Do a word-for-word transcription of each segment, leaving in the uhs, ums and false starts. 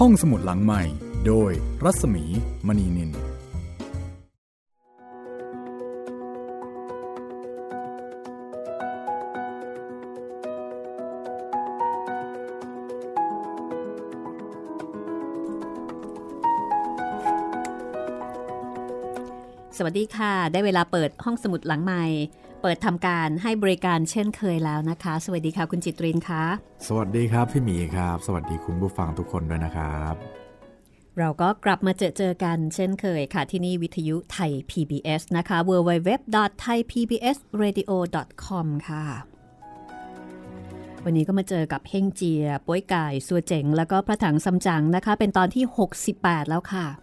ห้องสมุดหลังใหม่โดยรัศมีมณีนินสวัสดีค่ะได้เวลาเปิดห้องสมุดหลังใหม่เปิดทำการให้บริการเช่นเคยแล้วนะคะสวัสดีค่ะคุณจิตรินค่ะสวัสดีครับพี่หมีครับสวัสดีคุณผู้ฟังทุกคนด้วยนะครับเราก็กลับมาเจอเจอกันเช่นเคยค่ะที่นี่วิทยุไทย พี บี เอส นะคะ ดับเบิลยู ดับเบิลยู ดับเบิลยู ดอท ไทย พี บี เอส เรดิโอ ดอท คอม ค่ะวันนี้ก็มาเจอกับเฮ่งเจียป้วยก่ายซัวเจ๋งแล้วก็พระถังซัมจั๋งนะคะเป็นตอนที่หกสิบแปดแล้วค่ะ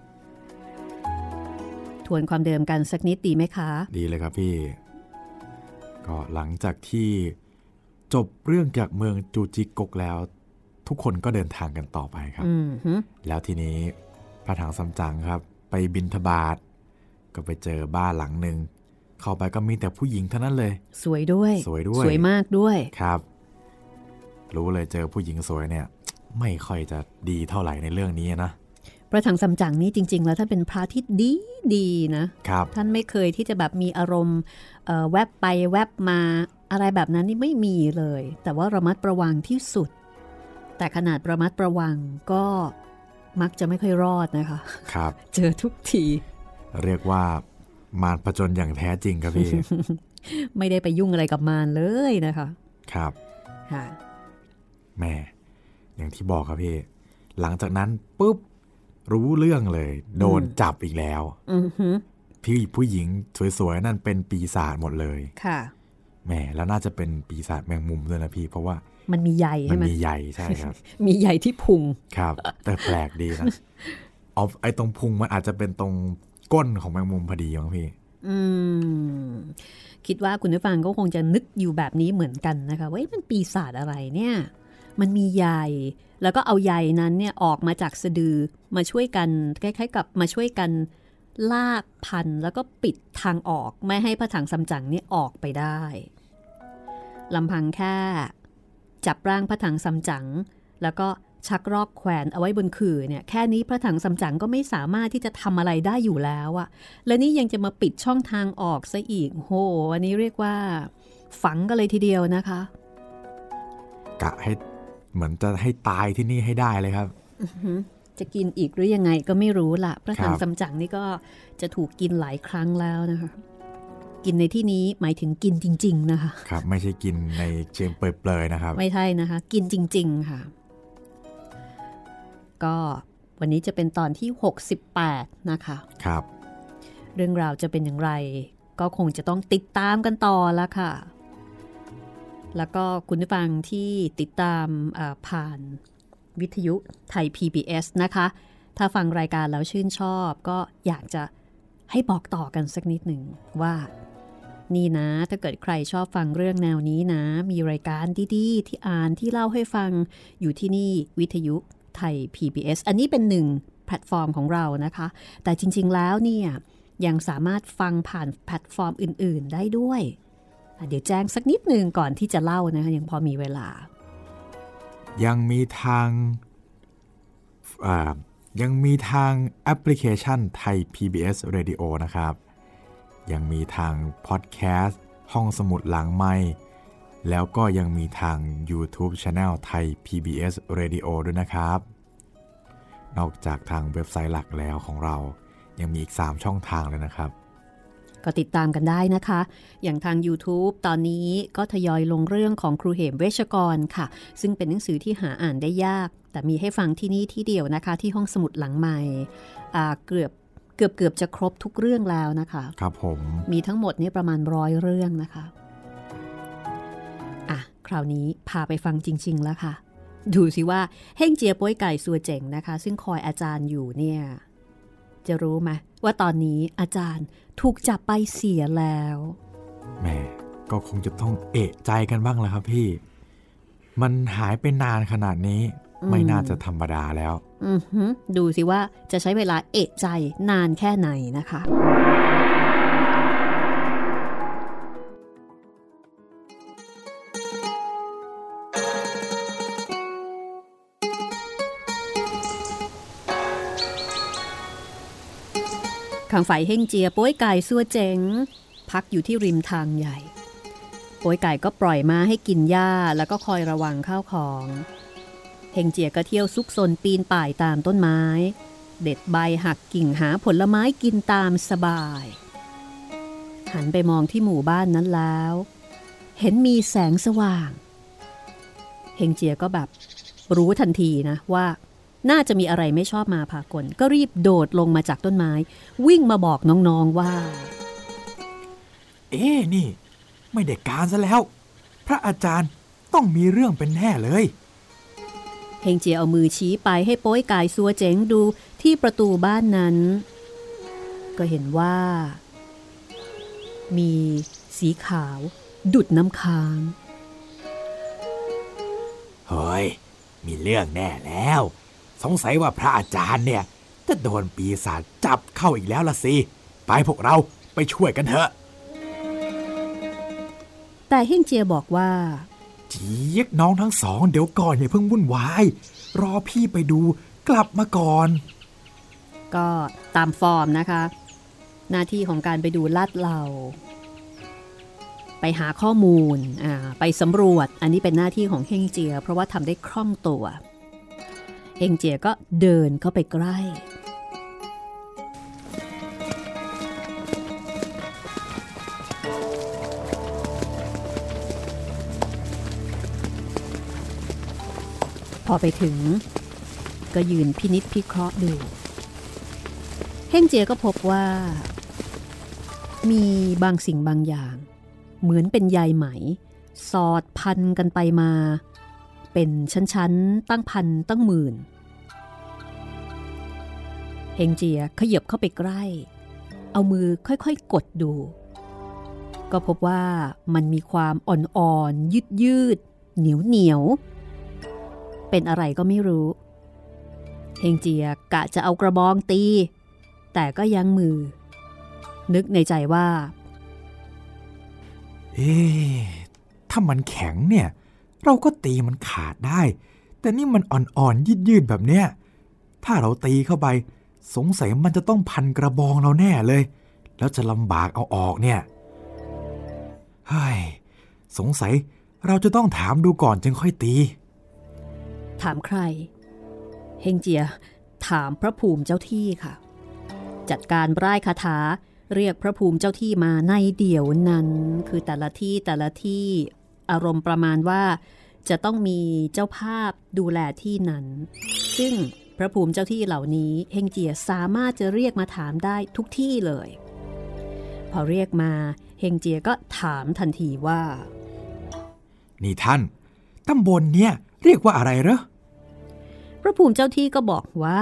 ทวนความเดิมกันสักนิดดีไหมคะดีเลยครับพี่ก็หลังจากที่จบเรื่องจากเมืองจูจิกกแล้วทุกคนก็เดินทางกันต่อไปครับแล้วทีนี้พระถังซัมจั๋งครับไปบิณฑบาตก็ไปเจอบ้านหลังหนึ่งเข้าไปก็มีแต่ผู้หญิงเท่านั้นเลยสวยด้วยสวยด้วยสวยมากด้วยครับรู้เลยเจอผู้หญิงสวยเนี่ยไม่ค่อยจะดีเท่าไหร่ในเรื่องนี้นะพระถังซัมจั๋งนี่จริงๆแล้วท่านเป็นพระที่ดีดีนะครับท่านไม่เคยที่จะแบบมีอารมณ์เอ่อแวบไปแวบมาอะไรแบบนั้นนี่ไม่มีเลยแต่ว่าระมัดระวังที่สุดแต่ขนาดระมัดระวังก็มักจะไม่ค่อยรอดนะคะครับเจอทุกทีเรียกว่ามารผจญอย่างแท้จริงครับพี่ไม่ได้ไปยุ่งอะไรกับมารเลยนะคะครับค่ะแม่อย่างที่บอกครับพี่หลังจากนั้นปุ๊บรู้เรื่องเลยโดนจับอีกแล้วพี่ผู้หญิงสวยๆนั่นเป็นปีศาจหมดเลยค่ะแหมแล้วน่าจะเป็นปีศาจแมงมุมด้วยนะพี่เพราะว่ามันมีใยใช่ไหมมันมีใยใช่ครับมีใยที่พุงครับแต่แปลกดีนะเอาไอ้ตรงพุงมันอาจจะเป็นตรงก้นของแมงมุมพอดีมั้งพี่อืมคิดว่าคุณผู้ฟังก็คงจะนึกอยู่แบบนี้เหมือนกันนะคะว่ามันปีศาจอะไรเนี่ยมันมีใยแล้วก็เอาใยนั้นเนี่ยออกมาจากสะดือมาช่วยกันคล้ายๆกับมาช่วยกันลากพันแล้วก็ปิดทางออกไม่ให้พระถังซัมจั๋งเนี่ยออกไปได้ลำพังแค่จับร่างพระถังซัมจั๋งแล้วก็ชักรอกแขวนเอาไว้บนขื่อเนี่ยแค่นี้พระถังซัมจั๋งก็ไม่สามารถที่จะทำอะไรได้อยู่แล้วอะและนี่ยังจะมาปิดช่องทางออกซะอีกโหอันนี้เรียกว่าฝังกันเลยทีเดียวนะคะกะให้เหมือนจะให้ตายที่นี่ให้ได้เลยครับจะกินอีกหรือยังไงก็ไม่รู้ล่ะพระถังซัมจั๋งนี่ก็จะถูกกินหลายครั้งแล้วนะคะกินในที่นี้หมายถึงกินจริงๆนะคะครับไม่ใช่กินในเชิงเปรยๆนะครับไม่ใช่นะคะกินจริงๆค่ะก็วันนี้จะเป็นตอนที่หกสิบแปดนะคะครับเรื่องราวจะเป็นอย่างไรก็คงจะต้องติดตามกันต่อแล้วค่ะแล้วก็คุณผู้ฟังที่ติดตามผ่านวิทยุไทย พี บี เอส นะคะถ้าฟังรายการแล้วชื่นชอบก็อยากจะให้บอกต่อกันสักนิดหนึ่งว่านี่นะถ้าเกิดใครชอบฟังเรื่องแนวนี้นะมีรายการดีๆที่อ่านที่เล่าให้ฟังอยู่ที่นี่วิทยุไทย พี บี เอส อันนี้เป็นหนึ่งแพลตฟอร์มของเรานะคะแต่จริงๆแล้วเนี่ยยังสามารถฟังผ่านแพลตฟอร์มอื่นๆได้ด้วยเดี๋ยวแจ้งสักนิดหนึ่งก่อนที่จะเล่านะคะยังพอมีเวลายังมีทางอ่ายังมีทางแอปพลิเคชันไทย พี บี เอส Radio นะครับยังมีทางพอดแคสต์ห้องสมุดหลังไมค์แล้วก็ยังมีทาง YouTube Channel ไทย พี บี เอส Radio ด้วยนะครับนอกจากทางเว็บไซต์หลักแล้วของเรายังมีอีกสามช่องทางเลยนะครับก็ติดตามกันได้นะคะอย่างทาง YouTube ตอนนี้ก็ทยอยลงเรื่องของครูเหมเวชกรค่ะซึ่งเป็นหนังสือที่หาอ่านได้ยากแต่มีให้ฟังที่นี่ที่เดียวนะคะที่ห้องสมุดหลังใหม่เกือบเกือบเกือบจะครบทุกเรื่องแล้วนะคะครับผมมีทั้งหมดนี่ประมาณร้อยเรื่องนะคะอ่ะคราวนี้พาไปฟังจริงๆแล้วค่ะดูสิว่าเฮ่งเจียป้วยไก่ซัวเจ๋งนะคะซึ่งคอยอาจารย์อยู่เนี่ยจะรู้ไหมว่าตอนนี้อาจารย์ถูกจับไปเสียแล้วแหมก็คงจะต้องเอะใจกันบ้างแหละครับพี่มันหายไปนานขนาดนี้ไม่น่าจะธรรมดาแล้วอือหือดูสิว่าจะใช้เวลาเอะใจนานแค่ไหนนะคะข้างฝ่ายเฮ่งเจียโป้ยไก่ซัวเจ๋งพักอยู่ที่ริมทางใหญ่โป้ยไก่ก็ปล่อยม้าให้กินหญ้าแล้วก็คอยระวังข้าวของเฮ่งเจียก็เที่ยวซุกซนปีนป่ายตามต้นไม้เด็ดใบหักกิ่งหาผลไม้กินตามสบายหันไปมองที่หมู่บ้านนั้นแล้วเห็นมีแสงสว่างเฮงเจียก็แบบรู้ทันทีนะว่าน่าจะมีอะไรไม่ชอบมาพากลก็รีบโดดลงมาจากต้นไม้วิ่งมาบอกน้องๆว่าเอ๊ะนี่ไม่ได้การซะแล้วพระอาจารย์ต้องมีเรื่องเป็นแน่เลยเฮงเจียเอามือชี้ไปให้โป้ยกายซัวเจ๋งดูที่ประตูบ้านนั้นก็เห็นว่ามีสีขาวดุจน้ำค้างเฮ้ยมีเรื่องแน่แล้วสงสัยว่าพระอาจารย์เนี่ยจะโดนปีศาจจับเข้าอีกแล้วล่ะสิไปพวกเราไปช่วยกันเถอะแต่เฮ่งเจียบอกว่าเจี๊ยกน้องทั้งสองเดี๋ยวก่อนอย่าเพิ่งวุ่นวายรอพี่ไปดูกลับมาก่อนก็ตามฟอร์มนะคะหน้าที่ของการไปดูลาดเหลาไปหาข้อมูลอ่าไปสำรวจอันนี้เป็นหน้าที่ของเฮ่งเจียเพราะว่าทำได้คล่องตัวเฮ่งเจียก็เดินเข้าไปใกล้พอไปถึงก็ยืนพินิจพิเคราะห์ดูเฮ่งเจียก็พบว่ามีบางสิ่งบางอย่างเหมือนเป็นใยไหมสอดพันกันไปมาเป็นชั้นๆตั้งพันตั้งหมื่นเฮงเจียขยับเข้าไปใกล้เอามือค่อยๆกดดูก็พบว่ามันมีความอ่อนๆยืดๆเหนียวๆเป็นอะไรก็ไม่รู้เฮงเจียกะจะเอากระบองตีแต่ก็ยั้งมือนึกในใจว่าเอ๊ะถ้ามันแข็งเนี่ยเราก็ตีมันขาดได้แต่นี่มันอ่อนๆยืดๆแบบเนี้ยถ้าเราตีเข้าไปสงสัยมันจะต้องพันกระบองเราแน่เลยแล้วจะลำบากเอาออกเนี่ยเฮ้ยสงสัยเราจะต้องถามดูก่อนจึงค่อยตีถามใครเฮงเจียถามพระภูมิเจ้าที่ค่ะจัดการร่ายคาถาเรียกพระภูมิเจ้าที่มาในเดี๋ยวนั้นคือแต่ละที่แต่ละที่อารมณ์ประมาณว่าจะต้องมีเจ้าภาพดูแลที่นั้นซึ่งพระภูมิเจ้าที่เหล่านี้เฮงเจียสามารถจะเรียกมาถามได้ทุกที่เลยพอเรียกมาเฮงเจียก็ถามทันทีว่านี่ท่านตำบลเนี่ยเรียกว่าอะไรเหรอพระภูมิเจ้าที่ก็บอกว่า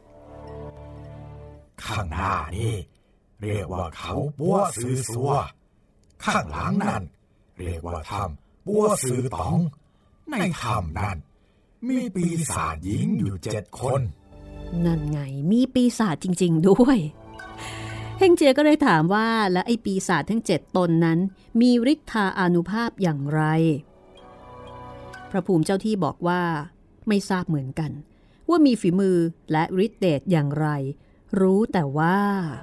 ข้างหน้านี่เรียกว่าเขาปัวซือซัวข้างหลังนั่นเรียกว่าถ้ำปัวซือตองในถ้ำนั้นมีปีศาจหญิงอยู่เจ็ดคนนั่นไงมีปีศาจจริงๆด้วยเฮงเจียก็เลยถามว่าและไอ้ปีศาจทั้งเจ็ดตนนั้นมีฤทธาอานุภาพอย่างไรพระภูมิเจ้าที่บอกว่าไม่ทราบเหมือนกันว่ามีฝีมือและฤทธิ์เดชอย่างไรรู้แต่ว่า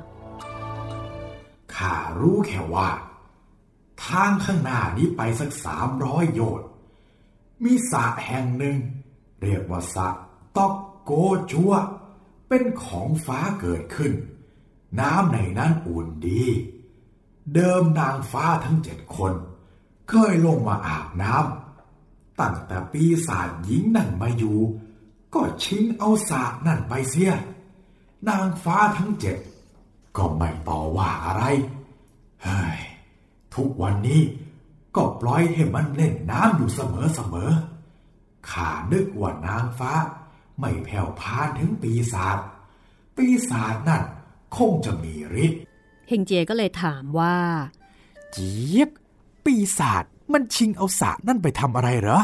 ข้ารู้แค่ว่าทางข้างหน้านี้ไปสักสามร้อยโยชน์มีสระแห่งหนึ่งเรียกว่าสระตอกโกจัวเป็นของฟ้าเกิดขึ้นน้ำในนั้นอุ่นดีเดิมนางฟ้าทั้งเจ็ดคนเคยลงมาอาบน้ำตั้งแต่ปีศาจหญิงนั่นมาอยู่ก็ชิงเอาสระนั่นไปเสียนางฟ้าทั้งเจ็ดก็ไม่ต่อว่าอะไรเฮ้ยทุกวันนี้ก็ปล่อยให้มันเล่นน้ำอยู่เสมอๆข้านึกว่านางฟ้าไม่แผ่วพานถึงปีศาจปีศาจนั่นคงจะมีฤทธิ์เฮงเจียก็เลยถามว่าเจี๊ยบปีศาจมันชิงเอาสระนั่นไปทำอะไรเหรอ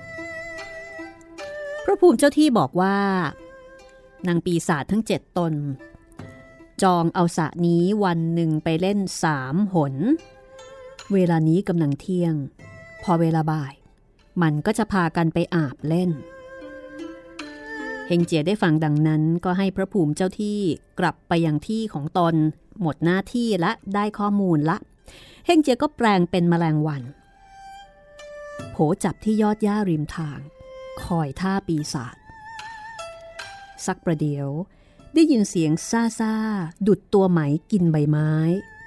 พระภูมิเจ้าที่บอกว่านางปีศาจทั้งเจ็ดตนจองเอาสระนี้วันหนึ่งไปเล่นสามหนเวลานี้กำลังเที่ยงพอเวลาบ่ายมันก็จะพากันไปอาบเล่นเฮงเจียได้ฟังดังนั้นก็ให้พระภูมิเจ้าที่กลับไปยังที่ของตนหมดหน้าที่และได้ข้อมูลละเฮงเจียก็แปลงเป็นแมลงวันโผจับที่ยอดหญ้าริมทางคอยท่าปีศาจสักประเดี๋ยวได้ยินเสียงซ่าซ่าดุดตัวไหมกินใบไม้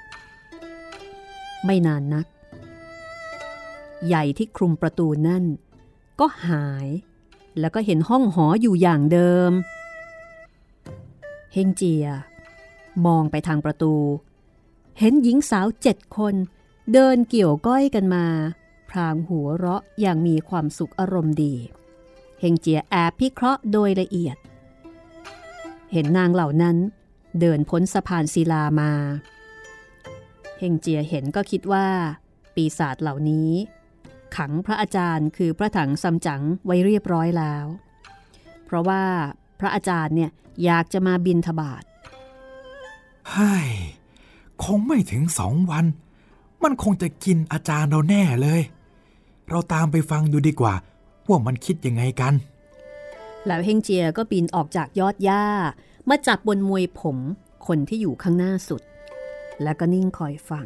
ไม่นานนักใหญ่ที่คลุมประตูนั่นก็หายแล้วก็เห็นห้องหออยู่อย่างเดิมเฮงเจียมองไปทางประตูเห็นหญิงสาวเจ็ดคนเดินเกี่ยวก้อยกันมาพรางหัวเราะอย่างมีความสุขอารมณ์ดีเฮงเจียแอบพิเคราะห์โดยละเอียดเห็นนางเหล่านั้นเดินพ้นสะพานศิลามาเฮงเจียเห็นก็คิดว่าปีศาจเหล่านี้ขังพระอาจารย์คือพระถังซัมจั๋งไว้เรียบร้อยแล้วเพราะว่าพระอาจารย์เนี่ยอยากจะมาบิณฑบาตเฮ้ยคงไม่ถึงสองวันมันคงจะกินอาจารย์เราแน่เลยเราตามไปฟังดูดีกว่าว่ามันคิดยังไงกันแล้วเฮงเจียก็ปีนออกจากยอดหญ้ามาจับบนมวยผมคนที่อยู่ข้างหน้าสุดแล้วก็นิ่งคอยฟัง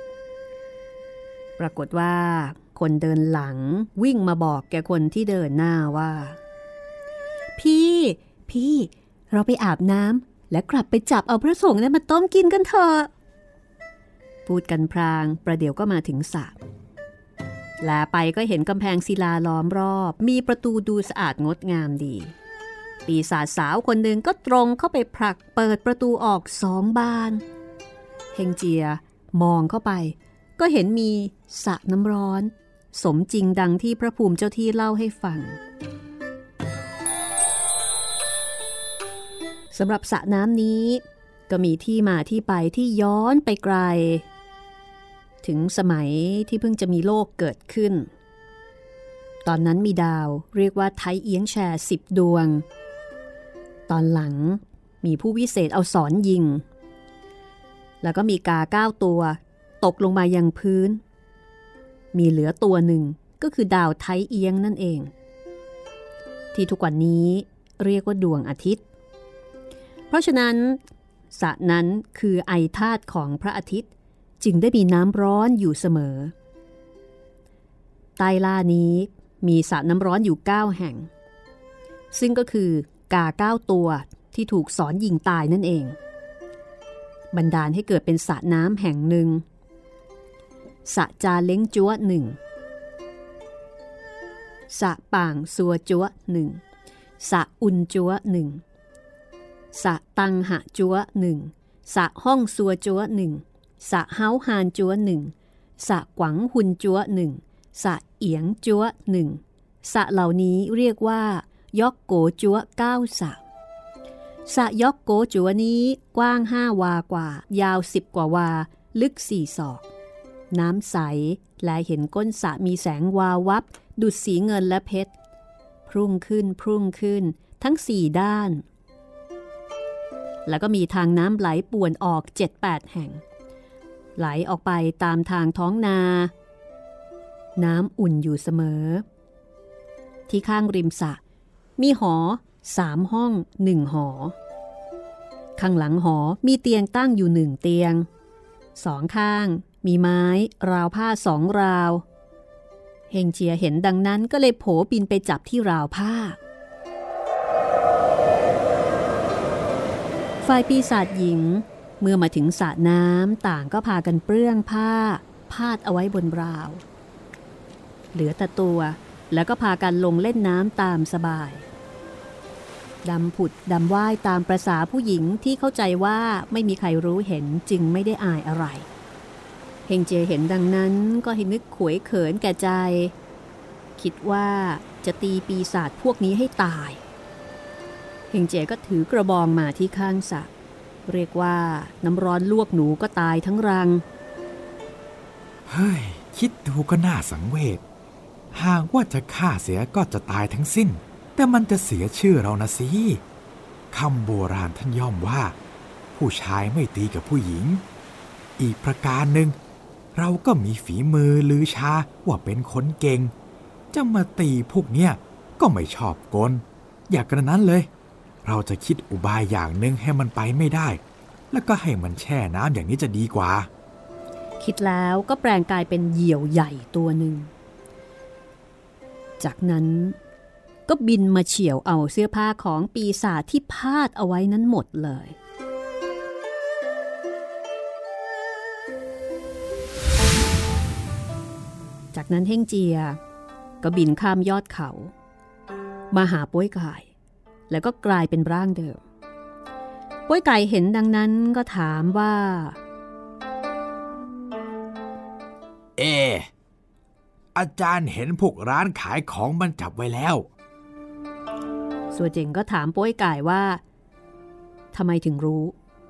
ปรากฏว่าคนเดินหลังวิ่งมาบอกแกคนที่เดินหน้าว่าพี่พี่เราไปอาบน้ำและกลับไปจับเอาพระสงฆ์นั้นมาต้มกินกันเถอะพูดกันพรางประเดี๋ยวก็มาถึงสระแลไปก็เห็นกำแพงศิลาล้อมรอบมีประตูดูสะอาดงดงามดีปีศาจสาวคนหนึ่งก็ตรงเข้าไปผลักเปิดประตูออกสองบานเฮงเจียมองเข้าไปก็เห็นมีสระน้ำร้อนสมจริงดังที่พระภูมิเจ้าที่เล่าให้ฟังสำหรับสระน้ำนี้ก็มีที่มาที่ไปที่ย้อนไปไกลถึงสมัยที่เพิ่งจะมีโลกเกิดขึ้นตอนนั้นมีดาวเรียกว่าไทเอียงแชร์สิบดวงตอนหลังมีผู้วิเศษเอาศรยิงแล้วก็มีกาเก้าตัวตกลงมายังพื้นมีเหลือตัวหนึ่งก็คือดาวไทเอียงนั่นเองที่ทุกวันนี้เรียกว่าดวงอาทิตย์เพราะฉะนั้นสระนั้นคือไอธาตุของพระอาทิตย์จึงได้มีน้ำร้อนอยู่เสมอใต้ล่านี้มีสระน้ำร้อนอยู่เก้าแห่งซึ่งก็คือกาเก้าตัวที่ถูกสอนยิงตายนั่นเองบันดาลให้เกิดเป็นสระน้ำแห่งหนึ่งสระจาเล้งจั๊วหนึ่งสระป่างซัวจั๊วหนึ่งสระอุนจั๊วหนึ่งสระตังหะจั๊วหนึ่งสระห้องซัวจั๊วหนึ่งสระเฮาฮานจั๊วหนึ่งสระกวังหุนจั๊วหนึ่งสระเอียงจั๊วหนึ่งสระเหล่านี้เรียกว่ายอกโกจั๊วเก้าสระสระยอกโกจั๊วนี้กว้างห้าวากว่ายาวสิบกว่าวาลึกสี่ศอกน้ำใสและเห็นก้นสระมีแสงวาววับดุจสีเงินและเพชรพุ่งขึ้นพุ่งขึ้นทั้งสี่ด้านแล้วก็มีทางน้ำไหลป่วนออก เจ็ดแปด แห่งไหลออกไปตามทางท้องนาน้ำอุ่นอยู่เสมอที่ข้างริมสระมีหอสามห้องหนึ่งหอข้างหลังหอมีเตียงตั้งอยู่หนึ่งเตียงสองข้างมีไม้ราวผ้าสองราวเฮงเจียเห็นดังนั้นก็เลยโผบินไปจับที่ราวผ้าฝ่ายปีศาจหญิงเมื่อมาถึงสระน้ำต่างก็พากันเปลื้องผ้าพาดเอาไว้บนราวเหลือแต่ตัวแล้วก็พากันลงเล่นน้ำตามสบายดำผุดดำว่ายตามประสาผู้หญิงที่เข้าใจว่าไม่มีใครรู้เห็นจึงไม่ได้อายอะไรเฮงเจียเห็นดังนั้นก็ให้นึกขวยเขินแก่ใจคิดว่าจะตีปีศาจพวกนี้ให้ตายเฮงเจียก็ถือกระบองมาที่ข้างสระเรียกว่าน้ำร้อนลวกหนูก็ตายทั้งรังเฮ้ยคิดดูก็น่าสังเวชหากว่าจะฆ่าเสียก็จะตายทั้งสิ้นแต่มันจะเสียชื่อเรานะสิคำโบราณท่านย่อมว่าผู้ชายไม่ตีกับผู้หญิงอีกประการหนึ่งเราก็มีฝีมือลือชาว่าเป็นคนเก่งจะมาตีพวกเนี้ยก็ไม่ชอบกลอย่ากระนั้นเลยเราจะคิดอุบายอย่างหนึ่งให้มันไปไม่ได้แล้วก็ให้มันแช่น้ำอย่างนี้จะดีกว่าคิดแล้วก็แปลงกายเป็นเหยี่ยวใหญ่ตัวหนึ่งจากนั้นก็บินมาเฉี่ยวเอาเสื้อผ้าของปีศาจที่พาดเอาไว้นั้นหมดเลยจากนั้นเฮ่งเจียก็บินข้ามยอดเขามาหาป้วยไก่แล้วก็กลายเป็นร่างเดิมป้วยไก่เห็นดังนั้นก็ถามว่าเออาจารย์เห็นพวกร้านขายของมันจับไว้แล้วสัวเจ๋งก็ถามป้วยไก่ว่าทำไมถึงรู้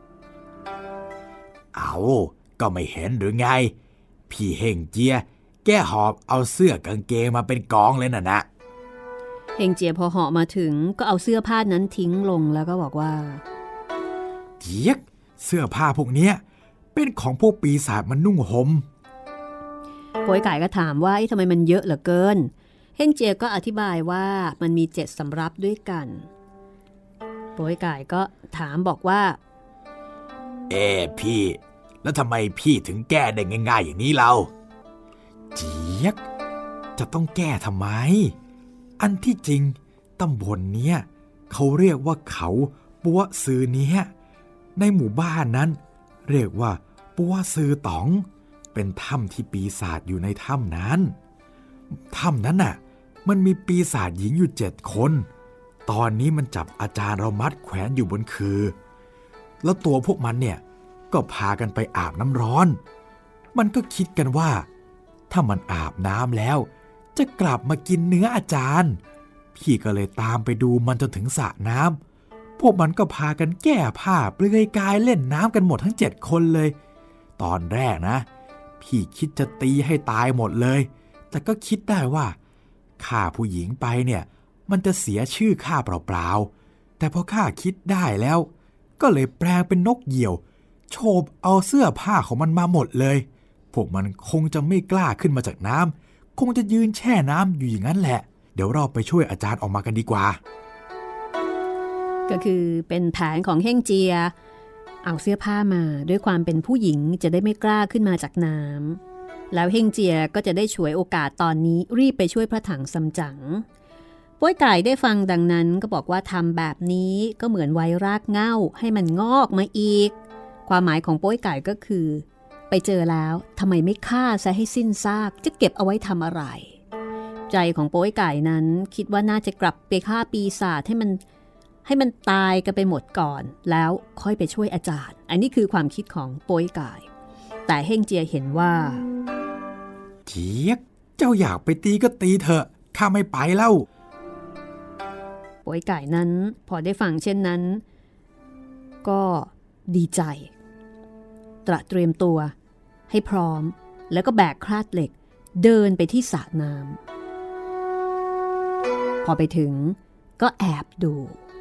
เอาก็ไม่เห็นหรือไงพี่เฮงเจียแกหอบเอาเสื้อกางเกงมาเป็นกองเลยน่ะนะเฮงเจียพอเหาะมาถึงก็เอาเสื้อผ้านั้นทิ้งลงแล้วก็บอกว่าเจี๊ยกเสื้อผ้าพวกเนี้ยเป็นของพวกปีศาจมันนุ่งห่มป้วยไก่ก็ถามว่าทำไมมันเยอะเหลือเกินเฮงเจียก็อธิบายว่ามันมีเจ็ดสำรับด้วยกันป้วยไก่ก็ถามบอกว่าเอ๊พี่แล้วทำไมพี่ถึงแก้ได้ง่ายๆอย่างนี้เราเจี๊ยกจะต้องแก้ทำไมอันที่จริงตำบลเนี้ยเขาเรียกว่าเขาปัวซือเนี้ยในหมู่บ้านนั้นเรียกว่าปัวซือต๋องเป็นถ้ำที่ปีศาจอยู่ในถ้ำนั้นถ้ำนั้นน่ะมันมีปีศาจหญิงอยู่เจ็ดคนตอนนี้มันจับอาจารย์เรามัดแขวนอยู่บนคือแล้วตัวพวกมันเนี่ยก็พากันไปอาบน้ำร้อนมันก็คิดกันว่าถ้ามันอาบน้ำแล้วจะกลับมากินเนื้ออาจารย์พี่ก็เลยตามไปดูมันจนถึงสระน้ำพวกมันก็พากันแก้ผ้าเปลือยกายเล่นน้ำกันหมดทั้งเจ็ดคนเลยตอนแรกนะพี่คิดจะตีให้ตายหมดเลยแต่ก็คิดได้ว่าฆ่าผู้หญิงไปเนี่ยมันจะเสียชื่อข้าเปล่าๆแต่พอข้าคิดได้แล้วก็เลยแปลงเป็นนกเหยี่ยวโฉบเอาเสื้อผ้าของมันมาหมดเลยพวกมันคงจะไม่กล้าขึ้นมาจากน้ำคงจะยืนแช่น้ำอยู่อย่างนั้นแหละเดี๋ยวเราไปช่วยอาจารย์ออกมากันดีกว่าก็คือเป็นแผนของเฮ่งเจียเอาเสื้อผ้ามาด้วยความเป็นผู้หญิงจะได้ไม่กล้าขึ้นมาจากน้ำแล้วเฮ่งเจียก็จะได้ฉวยโอกาสตอนนี้รีบไปช่วยพระถังซัมจั๋งป้วยไก่ได้ฟังดังนั้นก็บอกว่าทำแบบนี้ก็เหมือนไว้รากเหง้าให้มันงอกมาอีกความหมายของป้วยไก่ก็คือไปเจอแล้วทำไมไม่ฆ่าซะให้สิ้นซากจะเก็บเอาไว้ทำอะไรใจของป้วยไก่นั้นคิดว่าน่าจะกลับไปฆ่าปีศาจให้มันให้มันตายกันไปหมดก่อนแล้วค่อยไปช่วยอาจารย์อันนี้คือความคิดของป้วยไก่แต่เฮ่งเจียเห็นว่าเจี๊ยกเจ้าอยากไปตีก็ตีเถอะข้าไม่ไปแล้วป้วยไก่นั้นพอได้ฟังเช่นนั้นก็ดีใจตระเตรียมตัวให้พร้อมแล้วก็แบกคราดเหล็กเดินไปที่สระน้ำพอไปถึงก็แอบดู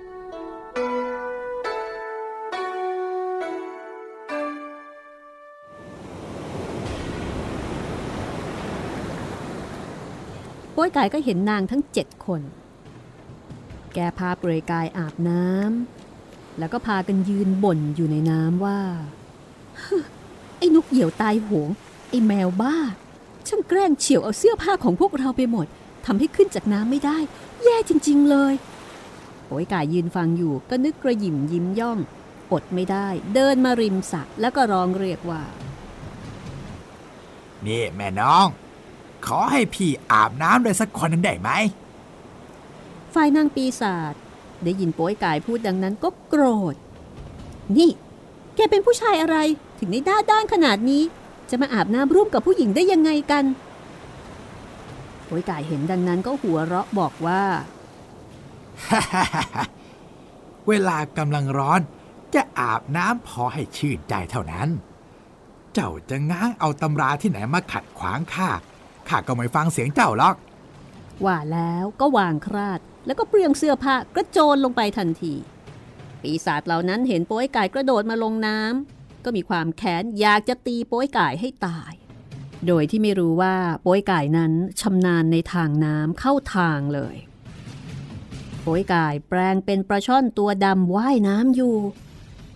ป้วยไก่ก็เห็นนางทั้งเจ็ดคนแกพาเปลือยกายอาบน้ำแล้วก็พากันยืนบ่นอยู่ในน้ำว่าไอ้นกเหยี่ยวตายโหงไอ้แมวบ้าช่างแกล้งเฉี่ยวเอาเสื้อผ้าของพวกเราไปหมดทำให้ขึ้นจากน้ำไม่ได้แย่จริงๆเลยป้วยไก่ยืนฟังอยู่ก็นึกกระหยิ่มยิ้มย่องอดไม่ได้เดินมาริมสระแล้วก็ร้องเรียกว่านี่แม่น้องขอให้พี่อาบน้ำด้วยสักคนนึงได้ไหมฝ่ายนางปีศาจได้ยินป้วยไก่พูดดังนั้นก็โกรธนี่แกเป็นผู้ชายอะไรถึงได้ด้าด้านขนาดนี้จะมาอาบน้ำร่วมกับผู้หญิงได้ยังไงกันป้วยไก่เห็นดังนั้นก็หัวเราะบอกว่าเวลากำลังร้อนจะอาบน้ำพอให้ชื่นใจเท่านั้นเจ้าจะง้างเอาตำราที่ไหนมาขัดขวางข้าข้าก็ไม่ฟังเสียงเจ้าหรอกว่าแล้วก็วางคราดแล้วก็เปลืองเสื้อผ้ากระโจนลงไปทันทีปีศาจเหล่านั้นเห็นป้วยไก่กระโดดมาลงน้ำก็มีความแค้นอยากจะตีป้วยไก่ให้ตายโดยที่ไม่รู้ว่าป้วยไก่นั้นชำนาญในทางน้ำเข้าทางเลยป้วยไก่แปลงเป็นปลาช่อนตัวดำว่ายน้ำอยู่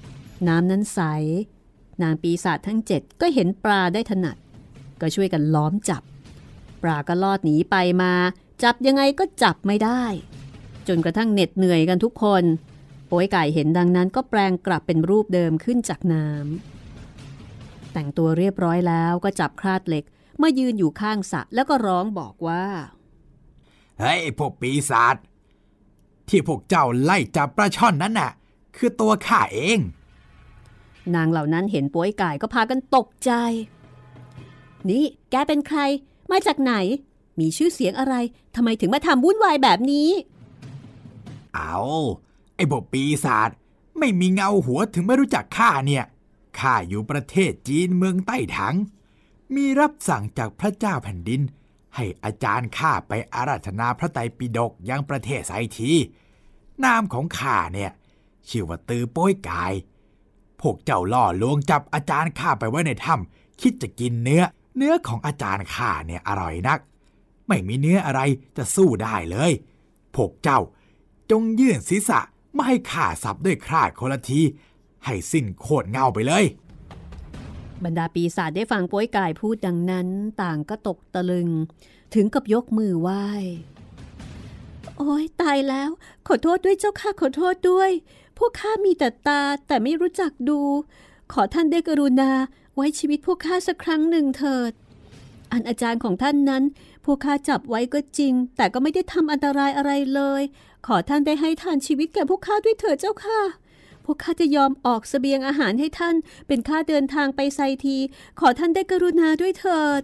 น้ำนั้นใสนางปีศาจทั้งเจ็ดก็เห็นปลาได้ถนัดก็ช่วยกันล้อมจับปลาก็ลอดหนีไปมาจับยังไงก็จับไม่ได้จนกระทั่งเหน็ดเหนื่อยกันทุกคนโป๊ยไก่เห็นดังนั้นก็แปลงกลับเป็นรูปเดิมขึ้นจากน้ำแต่งตัวเรียบร้อยแล้วก็จับคราดเหล็กมายืนอยู่ข้างสระแล้วก็ร้องบอกว่าเฮ้ยพวกปีศาจที่พวกเจ้าไล่จับปลาช่อนนั้นน่ะคือตัวข้าเองนางเหล่านั้นเห็นโป๊ยไก่ก็พากันตกใจนี่แกเป็นใครมาจากไหนมีชื่อเสียงอะไรทำไมถึงมาทำวุ่นวายแบบนี้เอาไอ้พวกปีศาจไม่มีเงาหัวถึงไม่รู้จักข้าเนี่ยข้าอยู่ประเทศจีนเมืองใต้ถังมีรับสั่งจากพระเจ้าแผ่นดินให้อาจารย์ข้าไปอาราธนาพระไตรปิฎกยังประเทศไซทีนามของข้าเนี่ยชื่อว่าตือโป้ยกายพวกเจ้าล่อลวงจับอาจารย์ข้าไปไว้ในถ้ำคิดจะกินเนื้อเนื้อของอาจารย์ข้าเนี่ยอร่อยนักไม่มีเนื้ออะไรจะสู้ได้เลยพวกเจ้าจงยื่นศีรษะไม่ให้ข้าสับด้วยคราดคนละทีให้สิ้นโคตรเงาไปเลยบรรดาปีศาจได้ฟังโป๊ยกายพูดดังนั้นต่างก็ตกตะลึงถึงกับยกมือไหว้โอ๊ยตายแล้วขอโทษด้วยเจ้าค่ะขอโทษด้วยพวกข้ามีแต่ตาแต่ไม่รู้จักดูขอท่านได้กรุณาไว้ชีวิตพวกข้าสักครั้งหนึ่งเถิดอันอาจารย์ของท่านนั้นพวกข้าจับไว้ก็จริงแต่ก็ไม่ได้ทำอันตรายอะไรเลยขอท่านได้ให้ทานชีวิตแก่พวกข้าด้วยเถิดเจ้าค่ะพวกข้าจะยอมออกเสบียงอาหารให้ท่านเป็นค่าเดินทางไปไซทีขอท่านได้กรุณาด้วยเถิด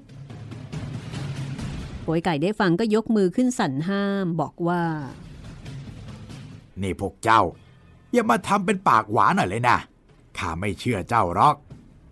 โป๊ยไก่ได้ฟังก็ยกมือขึ้นสั่นห้ามบอกว่านี่พวกเจ้าอย่ามาทำเป็นปากหวานหน่อยเลยนะข้าไม่เชื่อเจ้าหรอก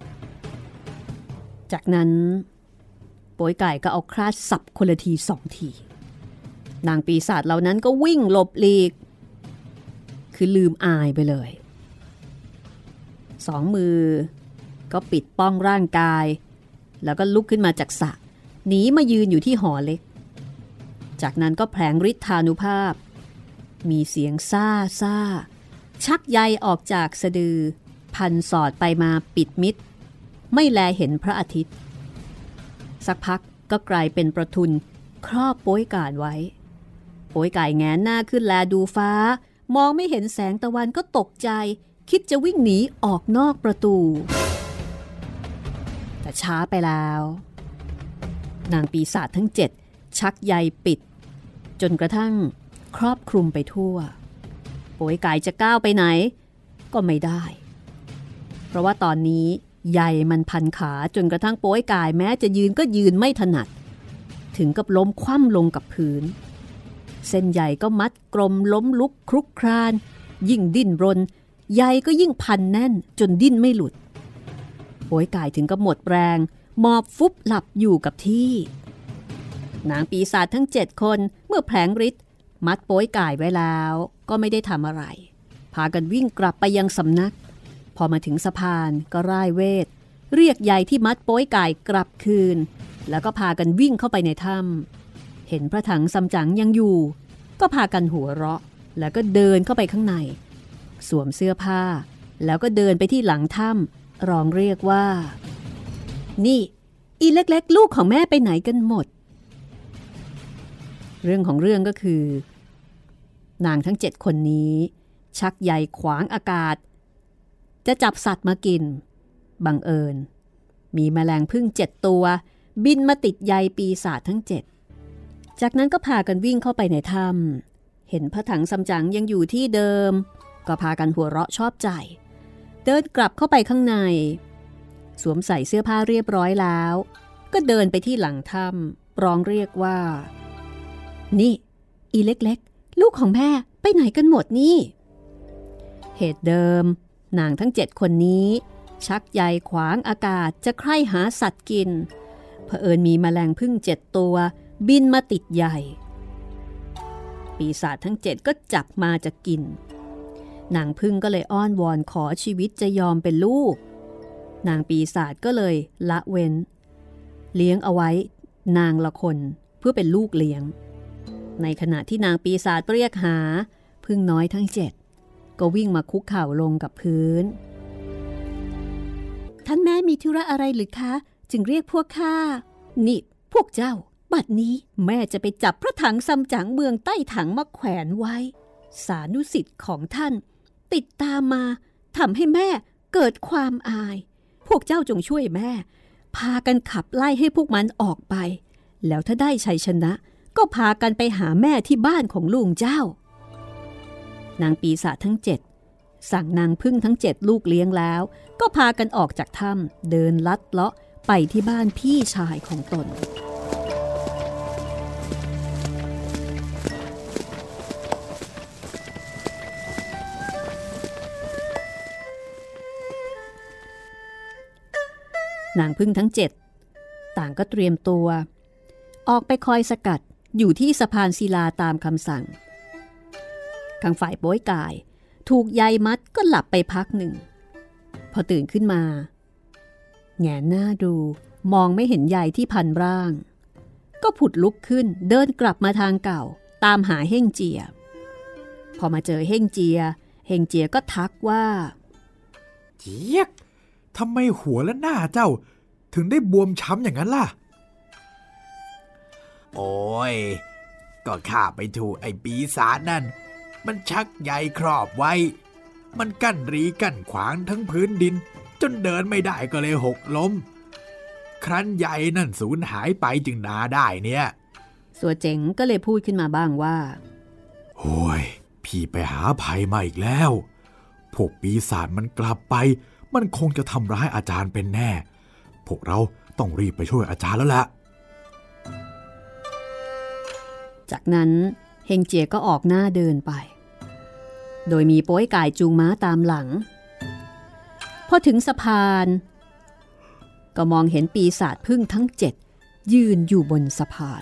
จากนั้นโป๊ยไก่ก็เอาคราดสับคนละทีสองทีนางปีศาจเหล่านั้นก็วิ่งหลบหลีกคือลืมอายไปเลยสองมือก็ปิดป้องร่างกายแล้วก็ลุกขึ้นมาจากสระหนีมายืนอยู่ที่หอเล็กจากนั้นก็แผลงฤทธานุภาพมีเสียงซ่าซ่าชักใยออกจากสะดือพันสอดไปมาปิดมิดไม่แลเห็นพระอาทิตย์สักพักก็กลายเป็นประทุนครอบโป๊ยก่ายไว้โป๊ยก่ายแงนหน้าขึ้นแลดูฟ้ามองไม่เห็นแสงตะวันก็ตกใจคิดจะวิ่งหนีออกนอกประตูแต่ช้าไปแล้วนางปีศาจทั้งเจ็ดชักใยปิดจนกระทั่งครอบคลุมไปทั่วโป๊ยก่ายจะก้าวไปไหนก็ไม่ได้เพราะว่าตอนนี้ใยมันพันขาจนกระทั่งโป๊ยก่ายแม้จะยืนก็ยืนไม่ถนัดถึงกับล้มคว่ำลงกับพื้นเส้นใยก็มัดกลมล้มลุกคลุกคลานยิ่งดิ้นรนใยก็ยิ่งพันแน่นจนดิ้นไม่หลุดโป๊ยก่ายถึงกับหมดแรงหมอบฟุบหลับอยู่กับที่นางปีศาจทั้งเจ็ดคนเมื่อแผลงฤทธิ์มัดโป๊ยก่ายไว้แล้วก็ไม่ได้ทำอะไรพากันวิ่งกลับไปยังสำนักพอมาถึงสะพานก็ร่ายเวทเรียกใยที่มัดโป๊ยก่ายกลับคืนแล้วก็พากันวิ่งเข้าไปในถ้ำเห็นพระถังซัมจั๋งยังอยู่ก็พากันหัวเราะแล้วก็เดินเข้าไปข้างในสวมเสื้อผ้าแล้วก็เดินไปที่หลังถ้ำร้องเรียกว่านี่อีเล็กๆลูกของแม่ไปไหนกันหมดเรื่องของเรื่องก็คือนางทั้งเจ็ดคนนี้ชักใยขวางอากาศจะจับสัตว์มากินบังเอิญมีแมลงผึ้งเจ็ดตัวบินมาติดใยปีศาจทั้งเจ็ดจากนั้นก็พากันวิ่งเข้าไปในถ้ำเห็นพระถังซัมจั๋งยังอยู่ที่เดิมก็พากันหัวเราะชอบใจเดินกลับเข้าไปข้างในสวมใส่เสื้อผ้าเรียบร้อยแล้วก็เดินไปที่หลังถ้ำร้องเรียกว่านี่อีเล็กๆลูกของแม่ไปไหนกันหมดนี่เหตุเดิมนางทั้งเจ็ดคนนี้ชักใยขวางอากาศจะใคร่หาสัตว์กินเผอิญมีแมลงผึ้งเจ็ดตัวบินมาติดใยปีศาจทั้งเจ็ดก็จับมาจะกินนางผึ้งก็เลยอ้อนวอนขอชีวิตจะยอมเป็นลูกนางปีศาจก็เลยละเว้นเลี้ยงเอาไว้นางละคนเพื่อเป็นลูกเลี้ยงในขณะที่นางปีศาจเรียกหาผึ้งน้อยทั้งเจ็ดก็วิ่งมาคุกเข่าลงกับพื้นท่านแม่มีธุระอะไรหรือคะจึงเรียกพวกข้านี่พวกเจ้าบัดนี้แม่จะไปจับพระถังซัมจั๋งเมืองใต้ถังมาแขวนไว้สานุสิทธิ์ของท่านติดตามมาทำให้แม่เกิดความอายพวกเจ้าจงช่วยแม่พากันขับไล่ให้พวกมันออกไปแล้วถ้าได้ชัยชนะก็พากันไปหาแม่ที่บ้านของลุงเจ้านางปีศาจทั้งเจ็ดสั่งนางพึ่งทั้งเจ็ดลูกเลี้ยงแล้วก็พากันออกจากถ้ำเดินลัดเลาะไปที่บ้านพี่ชายของตนนางพึ่งทั้งเจ็ดต่างก็เตรียมตัวออกไปคอยสกัดอยู่ที่สะพานศิลาตามคำสั่งข้างฝ่ายโป้ยก่ายถูกใยมัดก็หลับไปพักหนึ่งพอตื่นขึ้นมาแงนหน้าดูมองไม่เห็นใยที่พันร่างก็ผุดลุกขึ้นเดินกลับมาทางเก่าตามหาเฮ่งเจียพอมาเจอเฮ่งเจียเฮ่งเจียก็ทักว่าเจี๊ยกทำไมหัวและหน้าเจ้าถึงได้บวมช้ำอย่างนั้นล่ะโอ้ยก็ข้าไปถูกไอ้ปีศาจนั่นมันชักใยครอบไว้มันกั้นรีกั้นขวางทั้งพื้นดินจนเดินไม่ได้ก็เลยหกล้มครั้นใยนั่นสูญหายไปจึงนาได้เนี่ยสัวเจ๋งก็เลยพูดขึ้นมาบ้างว่าโอ้ยพี่ไปหาภัยมาอีกแล้วพวกปีศาจมันกลับไปมันคงจะทำร้ายอาจารย์เป็นแน่พวกเราต้องรีบไปช่วยอาจารย์แล้วล่ะจากนั้นเฮงเจียก็ออกหน้าเดินไปโดยมีโป้ยก่ายจูงม้าตามหลังพอถึงสะพานก็มองเห็นปีศาจพึ่งทั้งเจ็ดยืนอยู่บนสะพาน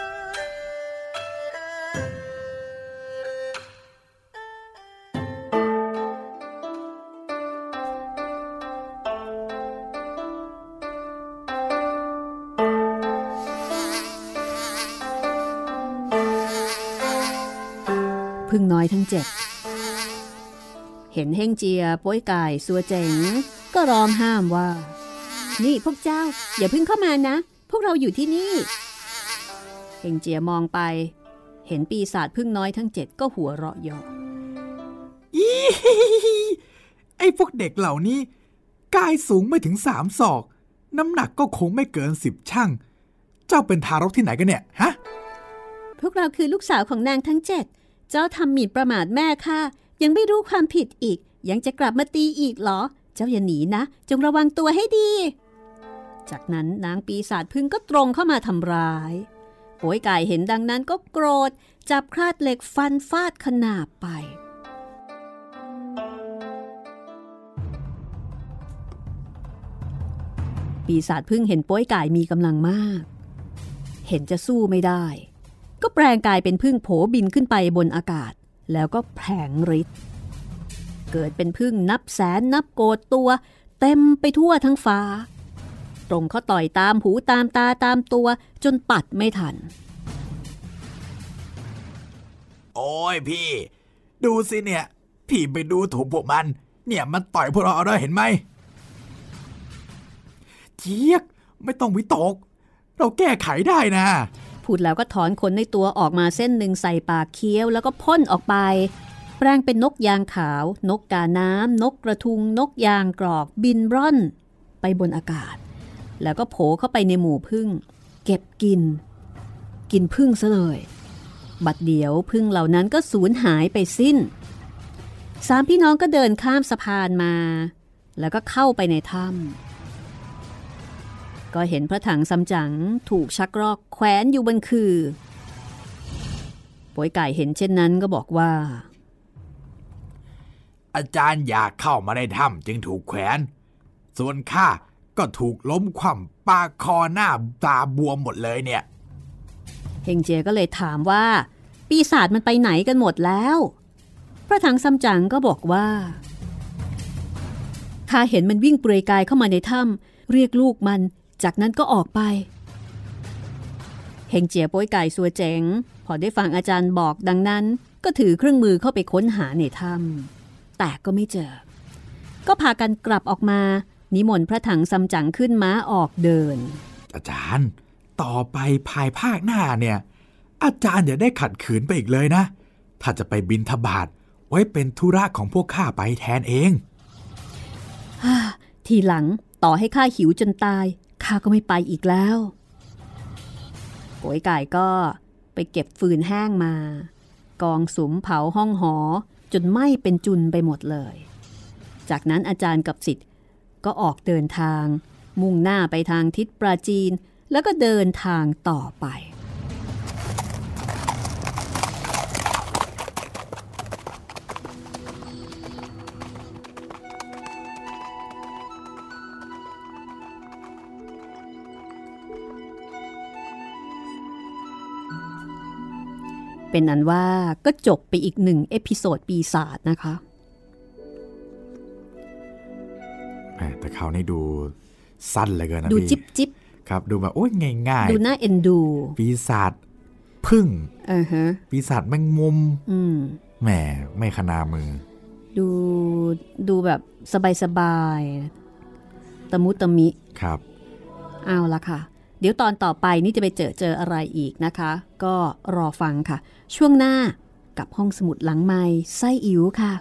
พึ่งน้อยทั้งเจ็ดเห็นเฮ่งเจียโป้ยก่ายซัวเจ๋งก็ร้องห้ามว่านี่พวกเจ้าอย่าเพิ่งเข้ามานะพวกเราอยู่ที่นี่เฮ่งเจียมองไปเห็นปีศาจพึ่งน้อยทั้งเจ็ดก็หัวเราะเยาะอีไอ้พวกเด็กเหล่านี้กายสูงไม่ถึงสามศอกน้ำหนักก็คงไม่เกินสิบชั่งเจ้าเป็นทารกที่ไหนกันเนี่ยฮะพวกเราคือลูกสาวของนางทั้งเจ็ดเจ้าทำหมิ่นประมาทแม่ข้ายังไม่รู้ความผิดอีกยังจะกลับมาตีอีกเหรอเจ้าอย่าหนีนะจงระวังตัวให้ดีจากนั้นนางปีศาจพึ่งก็ตรงเข้ามาทำร้ายโป้ยก่ายเห็นดังนั้นก็โกรธจับคราดเหล็กฟันฟาดขนาบไปปีศาจพึ่งเห็นโป้ยก่ายมีกำลังมากเห็นจะสู้ไม่ได้ก็แปลงกายเป็นผึ้งโผบินขึ้นไปบนอากาศแล้วก็แผลงฤทธิ์เกิดเป็นผึ้งนับแสนนับโกฏตัวเต็มไปทั่วทั้งฟ้าตรงเขาต่อยตามหูตามตาตามตัวจนปัดไม่ทันโอ้ยพี่ดูสิเนี่ยพี่ไปดูถูกพวกมันเนี่ยมันต่อยพวกเราด้วยเห็นไหมเจี๊ยกไม่ต้องวิตกเราแก้ไขได้นะพูดแล้วก็ถอนขนในตัวออกมาเส้นหนึ่งใส่ปากเคี้ยวแล้วก็พ่นออกไปแปลงเป็นนกยางขาวนกกาน้ำนกกระทุงนกยางกรอกบินร่อนไปบนอากาศแล้วก็โผล่เข้าไปในหมู่ผึ้งเก็บกินกินผึ้งซะเลยบัดเดี๋ยวผึ้งเหล่านั้นก็สูญหายไปสิ้นสามพี่น้องก็เดินข้ามสะพานมาแล้วก็เข้าไปในถ้ำก็เห็นพระถังซัมจั๋งถูกชักรอกแขวนอยู่บนคือโป้ยก่ายเห็นเช่นนั้นก็บอกว่าอาจารย์อยากเข้ามาในถ้ำจึงถูกแขวนส่วนข้าก็ถูกล้มคว่ำปากคอหน้าตาบวมหมดเลยเนี่ยเฮงเจียก็เลยถามว่าปีศาจมันไปไหนกันหมดแล้วพระถังซัมจั๋งก็บอกว่าข้าเห็นมันวิ่งเปลือยกายเข้ามาในถ้ำเรียกลูกมันจากนั้นก็ออกไปเฮงเจียโป้ยก่ายซัวเจ๋งพอได้ฟังอาจารย์บอกดังนั้นก็ถือเครื่องมือเข้าไปค้นหาในถ้ำแต่ก็ไม่เจอก็พากันกลับออกมานิมนต์พระถังซัมจั๋งขึ้นม้าออกเดินอาจารย์ต่อไปภายภาคหน้าเนี่ยอาจารย์อย่าได้ขัดขืนไปอีกเลยนะถ้าจะไปบิณฑบาตไว้เป็นธุระของพวกข้าไปแทนเองทีหลังต่อให้ข้าหิวจนตายข้าก็ไม่ไปอีกแล้วโกยไก่ก็ไปเก็บฟืนแห้งมากองสุมเผาห้องหอจนไหม้เป็นจุนไปหมดเลยจากนั้นอาจารย์กับศิษย์ก็ออกเดินทางมุ่งหน้าไปทางทิศปราจีนแล้วก็เดินทางต่อไปเป็นนั้นว่าก็จบไปอีกหนึ่งเอพิโซดปีศาจนะคะแต่เขานี่ดูสั้นเลยเกินนะพี่ดูจิ๊บจิ๊บครับดูแบบโอ้ยง่ายๆดูน่าเอ็นดูปีศาจพึ่งอือฮะปีศาจแมงมุมอืมแหมไม่ขนามือดูดูแบบสบายๆตะมุตะมิครับเอาละค่ะเดี๋ยวตอนต่อไปนี่จะไปเจอเจออะไรอีกนะคะก็รอฟังค่ะช่วงหน้ากับห้องสมุดหลังไมค์ไส้อิ๋วค่ะ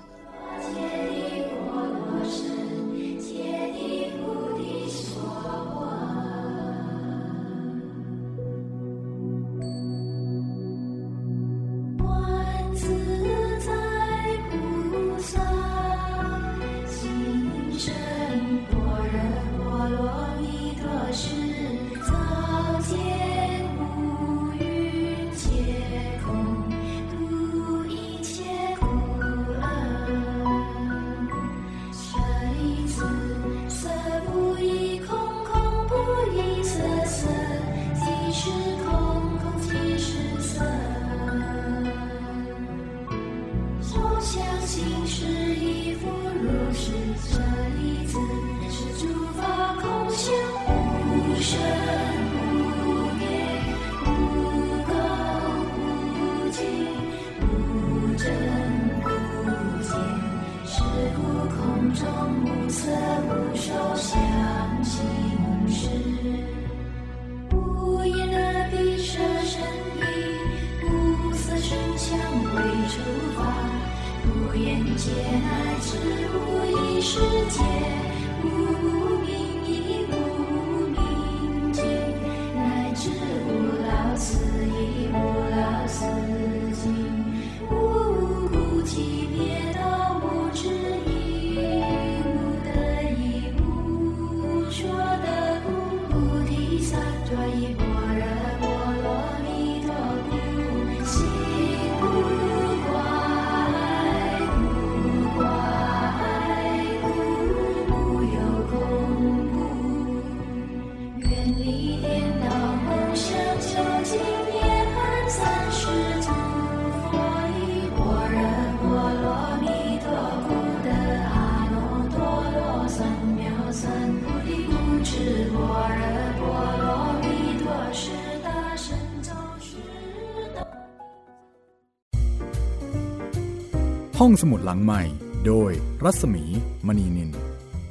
ห้องสมุดหลังใหม่โดยรัศมีมณีนิน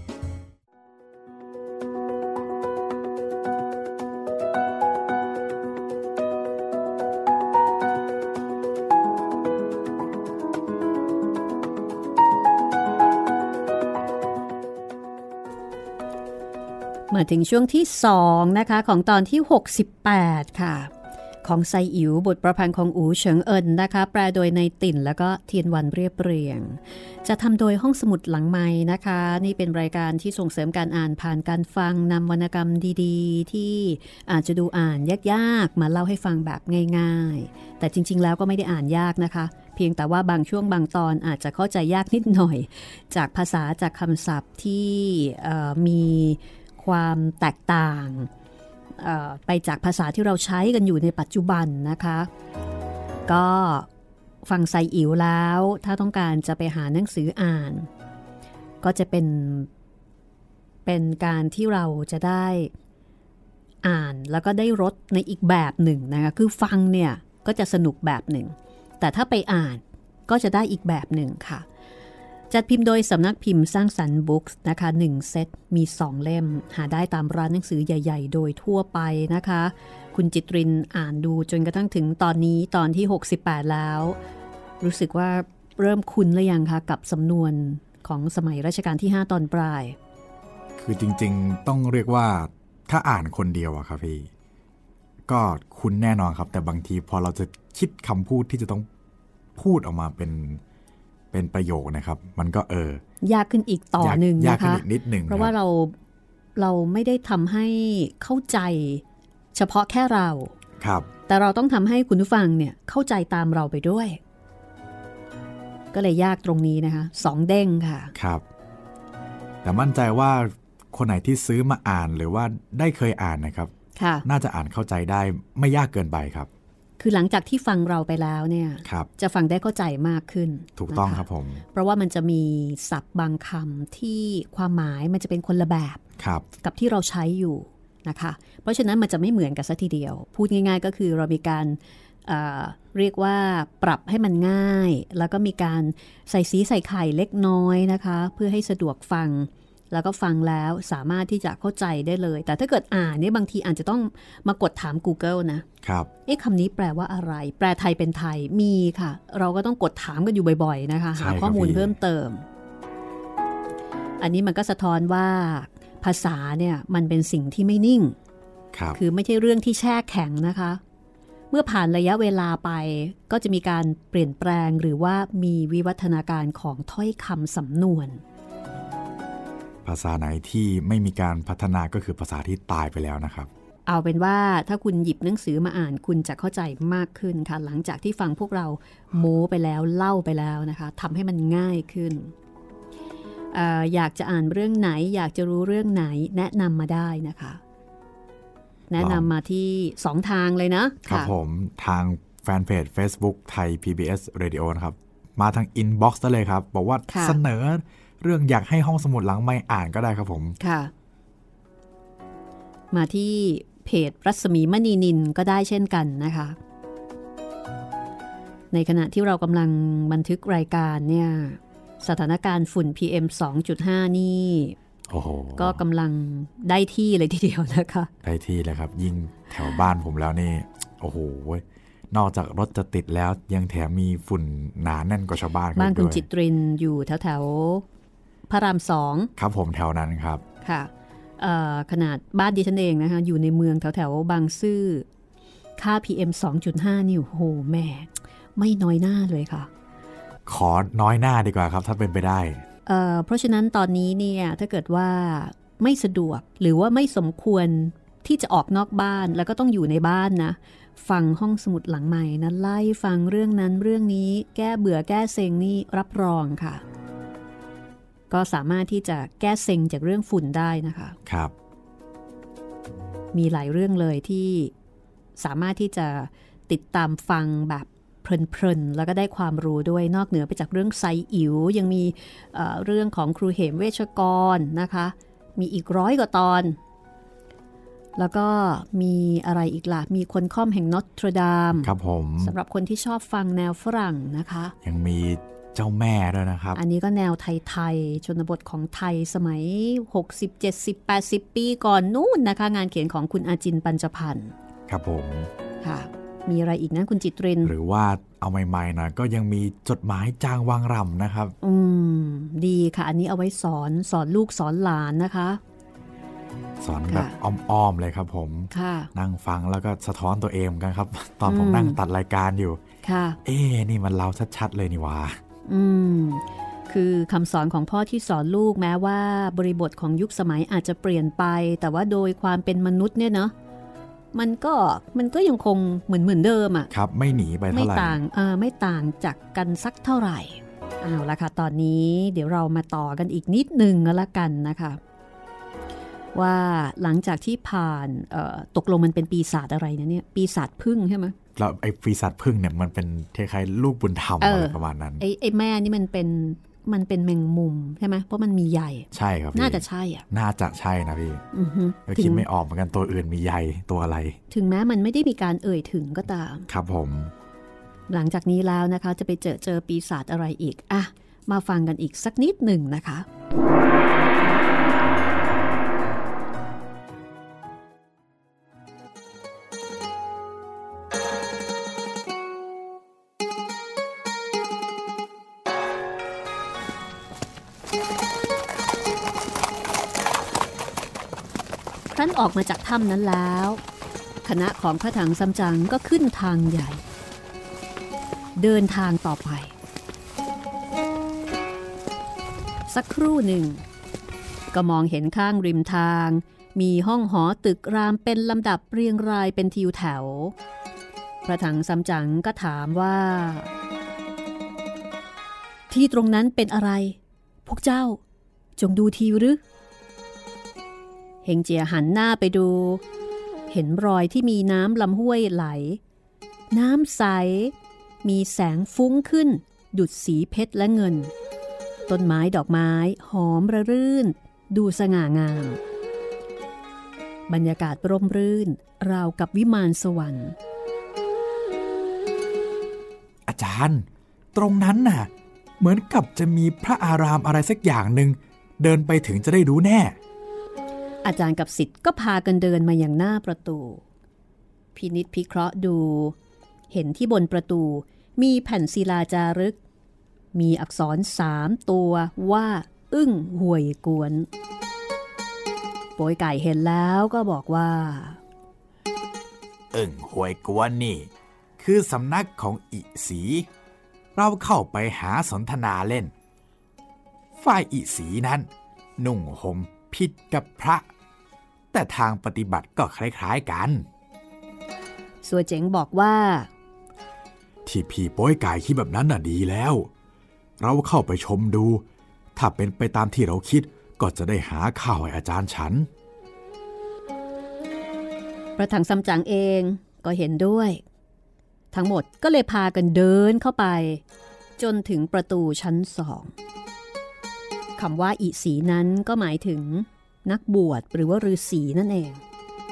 มาถึงช่วงที่สองนะคะของตอนที่หกสิบแปดค่ะของไซอิ๋วบทประพันธ์ของอู๋เฉิงเอินนะคะแปลโดยในติ่นแล้วก็เทียนวันเรียบเรียงจะทำโดยห้องสมุดหลังไม้นะคะนี่เป็นรายการที่ส่งเสริมการอ่านผ่านการฟังนำวรรณกรรมดีๆที่อาจจะดูอ่านยากๆมาเล่าให้ฟังแบบง่ายๆแต่จริงๆแล้วก็ไม่ได้อ่านยากนะคะเพียงแต่ว่าบางช่วงบางตอนอาจจะเข้าใจยากนิดหน่อยจากภาษาจากคำศัพท์ที่มีความแตกต่างไปจากภาษาที่เราใช้กันอยู่ในปัจจุบันนะคะก็ฟังไซอิ๋วแล้วถ้าต้องการจะไปหาหนังสืออ่านก็จะเป็นเป็นการที่เราจะได้อ่านแล้วก็ได้รสในอีกแบบหนึ่งนะคะคือฟังเนี่ยก็จะสนุกแบบหนึ่งแต่ถ้าไปอ่านก็จะได้อีกแบบหนึ่งค่ะจัดพิมพ์โดยสำนักพิมพ์สร้างสรรค์บุ๊กส์นะคะหนึ่งเซตมีสองเล่มหาได้ตามร้านหนังสือใหญ่ๆโดยทั่วไปนะคะคุณจิตรินอ่านดูจนกระทั่งถึงตอนนี้ตอนที่หกสิบแปดแล้วรู้สึกว่าเริ่มคุ้นหรือยังคะกับสำนวนของสมัยรัชกาลที่ห้าตอนปลายคือจริงๆต้องเรียกว่าถ้าอ่านคนเดียวอะครับพี่ก็คุ้นแน่นอนครับแต่บางทีพอเราจะคิดคำพูดที่จะต้องพูดออกมาเป็นเป็นประโยคนะครับมันก็เออยากขึ้นอีกต่อหนึ่งนะคะยากขึ้นอีกนิดหนึ่งเพราะว่าเราเราไม่ได้ทำให้เข้าใจเฉพาะแค่เราครับแต่เราต้องทำให้คุณผู้ฟังเนี่ยเข้าใจตามเราไปด้วยก็เลยยากตรงนี้นะคะสองเด้งค่ะครับแต่มั่นใจว่าคนไหนที่ซื้อมาอ่านหรือว่าได้เคยอ่านนะครับน่าจะอ่านเข้าใจได้ไม่ยากเกินไปครับคือหลังจากที่ฟังเราไปแล้วเนี่ยจะฟังได้เข้าใจมากขึ้นถูกต้องครับผมเพราะว่ามันจะมีศัพท์บางคำที่ความหมายมันจะเป็นคนละแบบกับที่เราใช้อยู่นะคะเพราะฉะนั้นมันจะไม่เหมือนกันซะทีเดียวพูดง่ายๆก็คือเรามีการเอ่อเรียกว่าปรับให้มันง่ายแล้วก็มีการใส่สีใส่ไข่เล็กน้อยนะคะเพื่อให้สะดวกฟังแล้วก็ฟังแล้วสามารถที่จะเข้าใจได้เลยแต่ถ้าเกิดอ่านเนี่ยบางทีอาจจะต้องมากดถาม Google นะครับเอ๊ะคำนี้แปลว่าอะไรแปลไทยเป็นไทยมีค่ะเราก็ต้องกดถามกันอยู่บ่อยๆนะคะหาข้อมูลเพิ่มเติมอันนี้มันก็สะท้อนว่าภาษาเนี่ยมันเป็นสิ่งที่ไม่นิ่งค, คือไม่ใช่เรื่องที่แช่แข็งนะคะเมื่อผ่านระยะเวลาไปก็จะมีการเปลี่ยนแปลงหรือว่ามีวิวัฒนาการของถ้อยคำสำนวนภาษาไหนที่ไม่มีการพัฒนาก็คือภาษาที่ตายไปแล้วนะครับเอาเป็นว่าถ้าคุณหยิบหนังสือมาอ่านคุณจะเข้าใจมากขึ้นค่ะหลังจากที่ฟังพวกเราโม้ไปแล้วเล่าไปแล้วนะคะทำให้มันง่ายขึ้น เอ่อ อยากจะอ่านเรื่องไหนอยากจะรู้เรื่องไหนแนะนำมาได้นะคะแนะนำมาที่สองทางเลยนะครับผมทางแฟนเพจ Facebook ไทย พี บี เอส Radio นะครับมาทางอินบ็อกซ์ได้เลยครับบอกว่าเสนอเรื่องอยากให้ห้องสมุดหลังไมค์อ่านก็ได้ครับผมค่ะมาที่เพจรัศมีมณีนินก็ได้เช่นกันนะคะในขณะที่เรากำลังบันทึกรายการเนี่ยสถานการณ์ฝุ่น พี เอ็ม สองจุดห้า นี่ก็กำลังได้ที่เลยทีเดียวนะคะได้ที่เลยครับยิ่งแถวบ้านผมแล้วนี่โอ้โหนอกจากรถจะติดแล้วยังแถมมีฝุ่นหนาแน่นกว่าชาวบ้านบ้านคุณจิตรินอยู่แถวแถวพระรามสองครับผมแถวนั้นครับค่ะขนาดบ้านดิฉันเองนะคะอยู่ในเมืองแถวแถวบางซื่อค่า พี เอ็ม สองจุดห้า นี่โอ้โหแม่ไม่น้อยหน้าเลยค่ะขอน้อยหน้าดีกว่าครับถ้าเป็นไปได้เอ่อเพราะฉะนั้นตอนนี้เนี่ยถ้าเกิดว่าไม่สะดวกหรือว่าไม่สมควรที่จะออกนอกบ้านแล้วก็ต้องอยู่ในบ้านนะฟังห้องสมุดหลังใหม่นะไล่ฟังเรื่องนั้นเรื่องนี้แก้เบื่อแก้เซ็งนี่รับรองค่ะก็สามารถที่จะแก้เซ็งจากเรื่องฝุ่นได้นะคะครับมีหลายเรื่องเลยที่สามารถที่จะติดตามฟังแบบเพลินๆแล้วก็ได้ความรู้ด้วยนอกเหนือไปจากเรื่องไซอิ๋วยังมี เอ่อ เรื่องของครูเหมเวชกรนะคะมีอีกร้อยกว่าตอนแล้วก็มีอะไรอีกล่ะมีคนค่อมแห่งนอตรดามครับผมสำหรับคนที่ชอบฟังแนวฝรั่งนะคะยังมีเจ้าแม่ด้วยนะครับอันนี้ก็แนวไทยๆชนบทของไทยสมัยหกสิบ เจ็ดสิบ แปดสิบปีก่อนนู่นนะคะงานเขียนของคุณอาจินปัญจพันธ์ครับผมค่ะมีอะไรอีกนะคุณจิตรินหรือว่าเอาใหม่ๆหน่อยก็ยังมีจดหมายจางวางรำนะครับอืมดีค่ะอันนี้เอาไว้สอนสอนลูกสอนหลานนะคะสอนแบบอ้อมๆเลยครับผมนั่งฟังแล้วก็สะท้อนตัวเองกันครับตอนผมนั่งตัดรายการอยู่ค่ะเอ๊นี่มันเราชัดๆเลยนี่วะอืมคือคำสอนของพ่อที่สอนลูกแม้ว่าบริบทของยุคสมัยอาจจะเปลี่ยนไปแต่ว่าโดยความเป็นมนุษย์เนี่ยเนาะมันก็มันก็ยังคงเหมือนเหมือนเดิมอ่ะครับไม่หนีไปเท่าไหร่ไม่ต่างเออไม่ต่างจากกันสักเท่าไหร่เอาละค่ะตอนนี้เดี๋ยวเรามาต่อกันอีกนิดนึงก็แล้วกันนะคะว่าหลังจากที่ผ่านตกลงมันเป็นปีศาจอะไรนะเนี่ยปีศาจผึ้งใช่ไหมแล้วไอ้ปีศาจผึ้งเนี่ยมันเป็นคล้ายๆลูกบุญธรรมอะไรประมาณนั้นไอ้ไอ้แม่นี่มันเป็นมันเป็นแมงมุมใช่ไหมเพราะมันมีใยใช่ครับน่าจะใช่อ่ะน่าจะใช่นะพี่ก็คิดไม่ออกเหมือนกันตัวอื่นมีใยตัวอะไรถึงแม้มันไม่ได้มีการเอ่ยถึงก็ตามครับผมหลังจากนี้แล้วนะคะจะไปเจอเจอปีศาจอะไรอีกอ่ะมาฟังกันอีกสักนิดหนึ่งนะคะครั้นออกมาจากถ้ำนั้นแล้วคณะของพระถังซัมจั๋งก็ขึ้นทางใหญ่เดินทางต่อไปสักครู่หนึ่งก็มองเห็นข้างริมทางมีห้องหอตึกรามเป็นลำดับเรียงรายเป็นทิวแถวพระถังซัมจั๋งก็ถามว่าที่ตรงนั้นเป็นอะไรพวกเจ้าจงดูทีหรือเฮงเจียหันหน้าไปดูเห็นรอยที่มีน้ำลำห้วยไหลน้ำใสมีแสงฟุ้งขึ้นดุจสีเพชรและเงินต้นไม้ดอกไม้หอมระรื่นดูสง่างามบรรยากาศร่มรื่นราวกับวิมานสวรรค์อาจารย์ตรงนั้นน่ะเหมือนกับจะมีพระอารามอะไรสักอย่างหนึ่งเดินไปถึงจะได้รู้แน่อาจารย์กับศิษย์ก็พากันเดินมาอย่างหน้าประตูพินิจพิเคราะห์ดูเห็นที่บนประตูมีแผ่นศิลาจารึกมีอักษรสามตัวว่าอึ้งห่วยกวนโป๋ยไก่เห็นแล้วก็บอกว่าอึ้งห่วยกวนนี่คือสำนักของอิสีเราเข้าไปหาสนทนาเล่นฝ่ายอิสีนั้นนุ่งห่มผิดกับพระแต่ทางปฏิบัติก็คล้ายๆกันสัวเจ๋งบอกว่าที่พี่โป้ยไก่คิดแบบนั้นน่ะดีแล้วเราเข้าไปชมดูถ้าเป็นไปตามที่เราคิดก็จะได้หาข้าวให้อาจารย์ฉันพระถังซัมจั๋งเองก็เห็นด้วยทั้งหมดก็เลยพากันเดินเข้าไปจนถึงประตูชั้นสองคำว่าอิสีนั้นก็หมายถึงนักบวชหรือว่าฤาษีนั่นเอง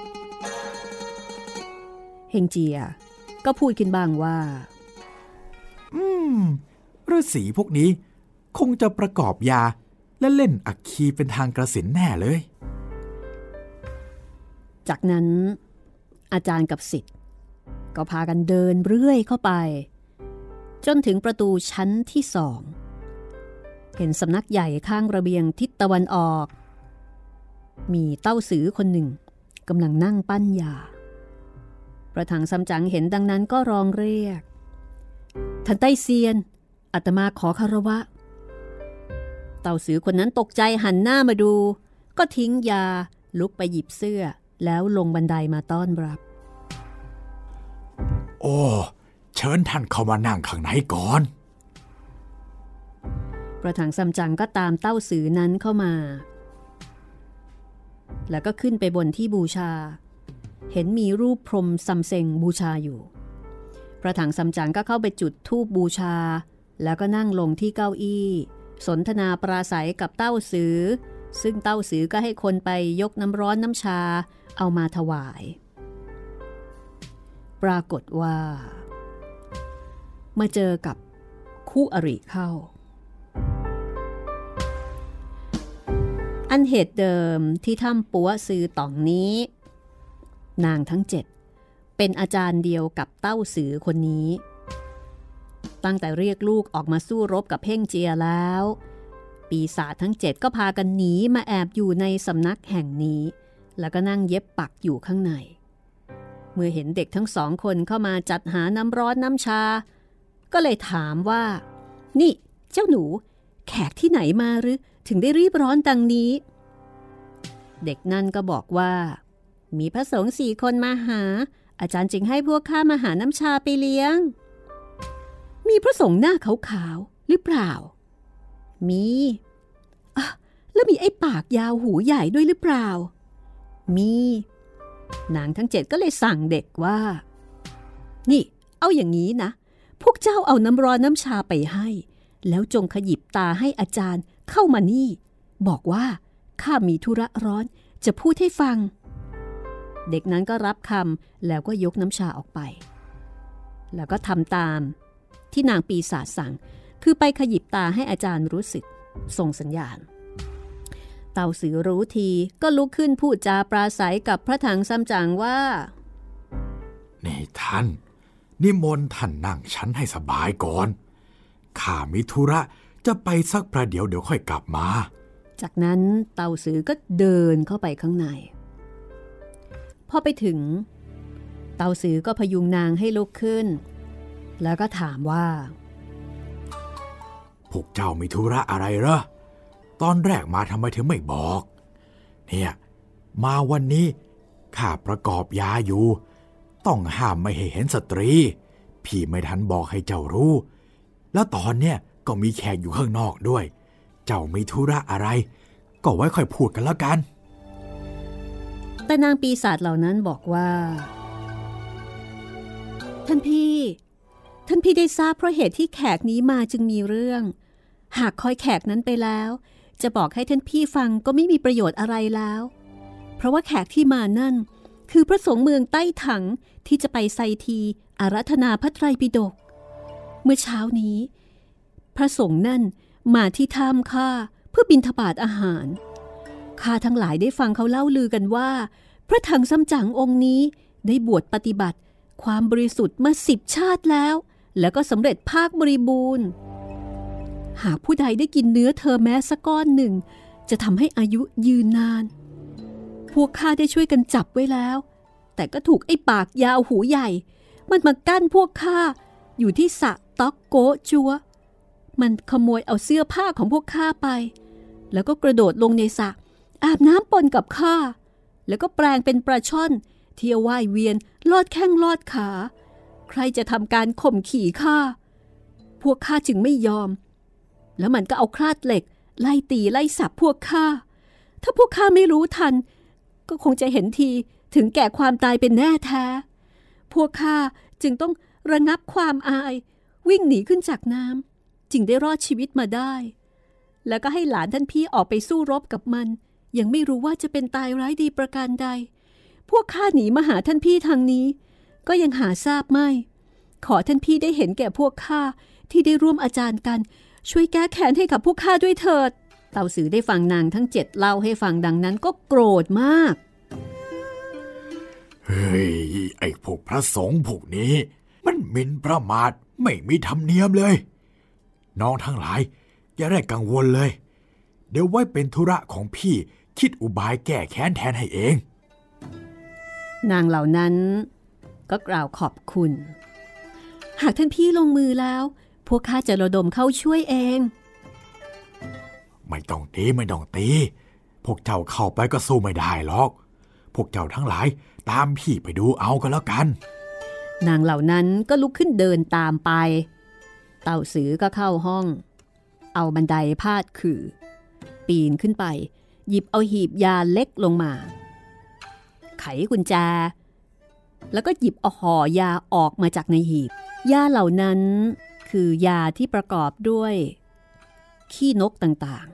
เฮงเจียก็พูดขึ้นบ้างว่าอืมฤาษีพวกนี้คงจะประกอบยาและเล่นอัคคีเป็นทางกสิณแน่เลยจากนั้นอาจารย์กับศิษย์ก็พากันเดินเรื่อยเข้าไปจนถึงประตูชั้นที่สองเห็นสำนักใหญ่ข้างระเบียงทิศตะวันออกมีเต้าสือคนหนึ่งกำลังนั่งปั้นยาพระถังซัมจั๋งเห็นดังนั้นก็ร้องเรียกท่านไต้เซียนอาตมาขอคารวะเต้าสือคนนั้นตกใจหันหน้ามาดูก็ทิ้งยาลุกไปหยิบเสื้อแล้วลงบันไดมาต้อนรับโอ้เชิญท่านเข้ามานั่งข้างในก่อนพระถังซัมจั๋งก็ตามเต้าสือนั้นเข้ามาแล้วก็ขึ้นไปบนที่บูชาเห็นมีรูปพรหมซัมเซ็งบูชาอยู่พระถังซัมจั๋งก็เข้าไปจุดธูปบูชาแล้วก็นั่งลงที่เก้าอี้สนทนาปราศัยกับเต้าสือซึ่งเต้าสือก็ให้คนไปยกน้ำร้อนน้ำชาเอามาถวายปรากฏว่ามาเจอกับคู่อริเข้าอันเหตุเดิมที่ถ้ำปัวซือต่องนี้นางทั้งเจ็ดเป็นอาจารย์เดียวกับเต้าสือคนนี้ตั้งแต่เรียกลูกออกมาสู้รบกับเพ่งเจียแล้วปีศาจทั้งเจ็ดก็พากันหนีมาแอบอยู่ในสำนักแห่งนี้แล้วก็นั่งเย็บปักอยู่ข้างในเมื่อเห็นเด็กทั้งสองคนเข้ามาจัดหาน้ำร้อนน้ำชาก็เลยถามว่านี่เจ้าหนูแขกที่ไหนมาหรือถึงได้รีบร้อนดังนี้เด็กนั่นก็บอกว่ามีพระสงฆ์สี่คนมาหาอาจารย์จึงให้พวกข้ามาหาน้ำชาไปเลี้ยงมีพระสงฆ์หน้าขาวๆหรือเปล่ามีอ่ะแล้วมีไอ้ปากยาวหูใหญ่ด้วยหรือเปล่ามีนางทั้งเจ็ดก็เลยสั่งเด็กว่านี่เอาอย่างนี้นะพวกเจ้าเอาน้ำร้อนน้ำชาไปให้แล้วจงขยิบตาให้อาจารย์เข้ามานี่บอกว่าข้ามีธุระร้อนจะพูดให้ฟังเด็กนั้นก็รับคำแล้วก็ยกน้ำชาออกไปแล้วก็ทำตามที่นางปีศาจสั่งคือไปขยิบตาให้อาจารย์รู้สึกส่งสัญญาณเต่าสือรู้ทีก็ลุกขึ้นพูดจาปราศัยกับพระถังซัมจั๋งว่านี่ท่านนิมนต์ท่านนั่งชั้นให้สบายก่อนข้ามิธุระจะไปสักประเดี๋ยวเดี๋ยวค่อยกลับมาจากนั้นเต่าสือก็เดินเข้าไปข้างในพอไปถึงเต่าสือก็พยุงนางให้ลุกขึ้นแล้วก็ถามว่าพวกเจ้ามีธุระอะไรเหรอตอนแรกมาทำไมถึงไม่บอกเนี่ยมาวันนี้ข้าประกอบยาอยู่ต้องห้ามไม่ให้เห็นสตรีพี่ไม่ทันบอกให้เจ้ารู้แล้วตอนเนี้ยก็มีแขกอยู่ข้างนอกด้วยเจ้ามีธุระอะไรก็ไว้ค่อยพูดกันแล้วกันแต่นางปีศาจเหล่านั้นบอกว่าท่านพี่ท่านพี่ได้ทราบเพราะเหตุที่แขกนี้มาจึงมีเรื่องหากคอยแขกนั้นไปแล้วจะบอกให้ท่านพี่ฟังก็ไม่มีประโยชน์อะไรแล้วเพราะว่าแขกที่มานั่นคือพระสงฆ์เมืองใต้ถังที่จะไปไซทีอาราธนาพระไตรปิฎกเมื่อเช้านี้พระสงฆ์นั่นมาที่ถ้ำข้าเพื่อบิณฑบาตอาหารข้าทั้งหลายได้ฟังเขาเล่าลือกันว่าพระถังซัมจั๋งองค์นี้ได้บวชปฏิบัติความบริสุทธิ์มาสิบชาติแล้วแล้วก็สำเร็จภาคบริบูรณ์หากผู้ใดได้กินเนื้อเธอแม้สักก้อนหนึ่งจะทำให้อายุยืนนานพวกข้าได้ช่วยกันจับไว้แล้วแต่ก็ถูกไอ้ปากยาวหูใหญ่มันมากั้นพวกข้าอยู่ที่สระต๊อกโกจัวมันขโมยเอาเสื้อผ้าของพวกข้าไปแล้วก็กระโดดลงในสระอาบน้ำปนกับข้าแล้วก็แปลงเป็นปลาช่อนเที่ยวว่ายเวียนลอดแข้งลอดขาใครจะทำการข่มขี่ข้าพวกข้าจึงไม่ยอมแล้วมันก็เอาคราดเหล็กไล่ตีไล่สับพวกข้าถ้าพวกข้าไม่รู้ทันก็คงจะเห็นทีถึงแก่ความตายเป็นแน่แท้พวกข้าจึงต้องระงับความอายวิ่งหนีขึ้นจากน้ำจึงได้รอดชีวิตมาได้แล้วก็ให้หลานท่านพี่ออกไปสู้รบกับมันยังไม่รู้ว่าจะเป็นตายร้ายดีประการใดพวกข้าหนีมาหาท่านพี่ทางนี้ก็ยังหาทราบไม่ขอท่านพี่ได้เห็นแก่พวกข้าที่ได้ร่วมอาจารย์กันช่วยแก้แค้นให้กับพวกข้าด้วยเถิดเต่าสือได้ฟังนางทั้งเจ็ดเล่าให้ฟังดังนั้นก็โกรธมากเฮ้ยไอ้พวกพระสงฆ์พวกนี้มันหมิ่นประมาทไม่มีธรรมเนียมเลยน้องทั้งหลายอย่าได้กังวลเลยเดี๋ยวไว้เป็นธุระของพี่คิดอุบายแก้แค้นแทนให้เองนางเหล่านั้นก็กล่าวขอบคุณหากท่านพี่ลงมือแล้วพวกข้าจะระดมเข้าช่วยเองไม่ต้องตีไม่ต้องตีพวกเจ้าเข้าไปก็สู้ไม่ได้หรอกพวกเจ้าทั้งหลายตามพี่ไปดูเอาก็แล้วกันนางเหล่านั้นก็ลุกขึ้นเดินตามไปเต่าสือก็เข้าห้องเอาบันไดพาดขื่อปีนขึ้นไปหยิบเอาหีบยาเล็กลงมาไขกุญแจแล้วก็หยิบเอาห่อยาออกมาจากในหีบยาเหล่านั้นคือยาที่ประกอบด้วยขี้นกต่าง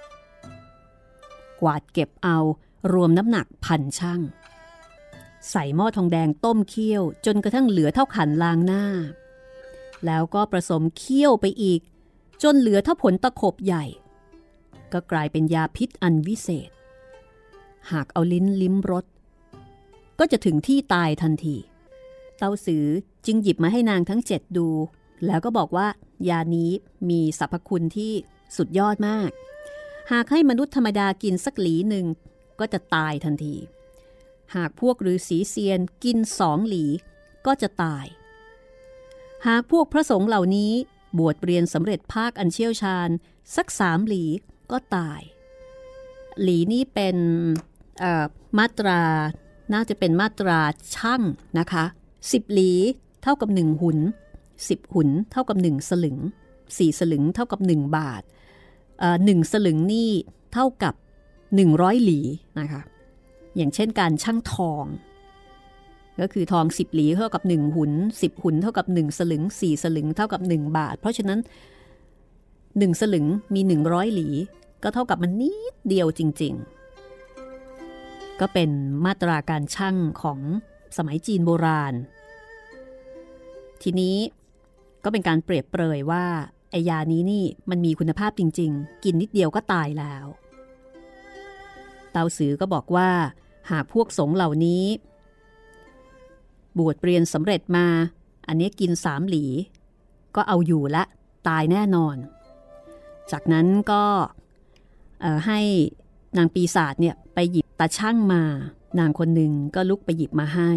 ๆกวาดเก็บเอารวมน้ำหนักพันชั่งใส่หม้อทองแดงต้มเคี่ยวจนกระทั่งเหลือเท่าขันล้างหน้าแล้วก็ผสมเคี่ยวไปอีกจนเหลือเท่าผลตะขบใหญ่ก็กลายเป็นยาพิษอันวิเศษหากเอาลิ้นลิ้มรสก็จะถึงที่ตายทันทีเต่าสือจึงหยิบมาให้นางทั้งเจ็ดดูแล้วก็บอกว่ายานี้มีสรรพคุณที่สุดยอดมากหากให้มนุษย์ธรรมดากินสักหลีหนึ่งก็จะตายทันทีหากพวกฤาษีเซียนกินสองหลีก็จะตายหากพวกพระสงฆ์เหล่านี้บวชเรียนสำเร็จภาคอันเชี่ยวชาญสักสามหลีก็ตายหลีนี้เป็นมาตราน่าจะเป็นมาตราช่างนะคะสิบหลีเท่ากับหนึ่งหุนสิบหุนเท่ากับหนึ่งสลึงสี่สลึงเท่ากับหนึ่งบาทหนึ่งสลึงนี่เท่ากับหนึ่งร้อยหลีนะคะอย่างเช่นการชั่งทองก็คือทองสิบหลีเท่ากับหนึ่งหุนสิบหุนเท่ากับหนึ่งสลึงสี่สลึงเท่ากับหนึ่งบาทเพราะฉะนั้นหนึ่งสลึงมีหนึ่งร้อยหลีก็เท่ากับมันนิดเดียวจริงๆก็เป็นมาตราการชั่งของสมัยจีนโบราณทีนี้ก็เป็นการเปรียบเปรยว่าไอยานี้นี่มันมีคุณภาพจริงๆกินนิดเดียวก็ตายแล้วเตาสือก็บอกว่าหากพวกสงฆ์เหล่านี้บวชเรียนสำเร็จมาอันนี้กินสามหลีก็เอาอยู่ละตายแน่นอนจากนั้นก็ให้นางปีศาจเนี่ยไปหยิบตาช่างมานางคนหนึ่งก็ลุกไปหยิบมาให้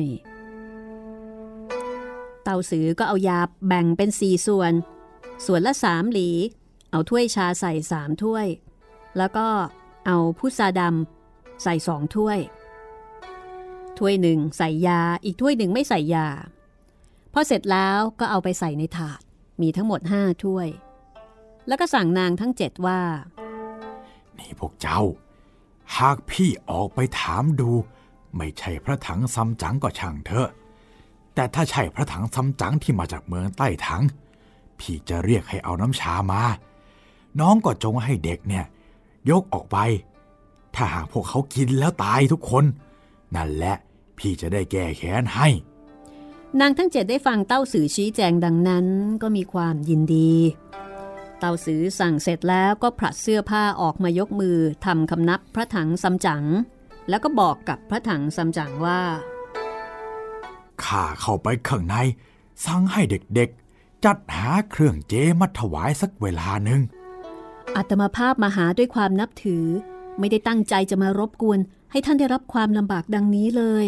เตาสือก็เอายาแบ่งเป็นสี่ส่วนส่วนละสามหลีเอาถ้วยชาใส่สามถ้วยแล้วก็เอาพุทราดำใส่สองถ้วยถ้วยหนึ่งใส่ยาอีกถ้วยหนึ่งไม่ใส่ยาพอเสร็จแล้วก็เอาไปใส่ในถาดมีทั้งหมดห้าถ้วยแล้วก็สั่งนางทั้งเจ็ดว่านี่พวกเจ้าหากพี่ออกไปถามดูไม่ใช่พระถังซัมจั๋งก็ช่างเถอะแต่ถ้าใช่พระถังซัมจั๋งที่มาจากเมืองใต้ถังพี่จะเรียกให้เอาน้ำชามาน้องก็จงให้เด็กเนี่ยยกออกไปถ้าหากพวกเขากินแล้วตายทุกคนนั่นแหละพี่จะได้แก้แค้นให้นางทั้งเจ็ดได้ฟังเต้าสือชี้แจงดังนั้นก็มีความยินดีเต้าสือสั่งเสร็จแล้วก็ผลัดเสื้อผ้าออกมายกมือทำคำนับพระถังซัมจั๋งแล้วก็บอกกับพระถังซัมจั๋งว่าข้าเข้าไปข้างในสั่งให้เด็กๆจัดหาเครื่องเจมาถวายสักเวลาหนึ่งอาตมาภาพมาหาด้วยความนับถือไม่ได้ตั้งใจจะมารบกวนให้ท่านได้รับความลำบากดังนี้เลย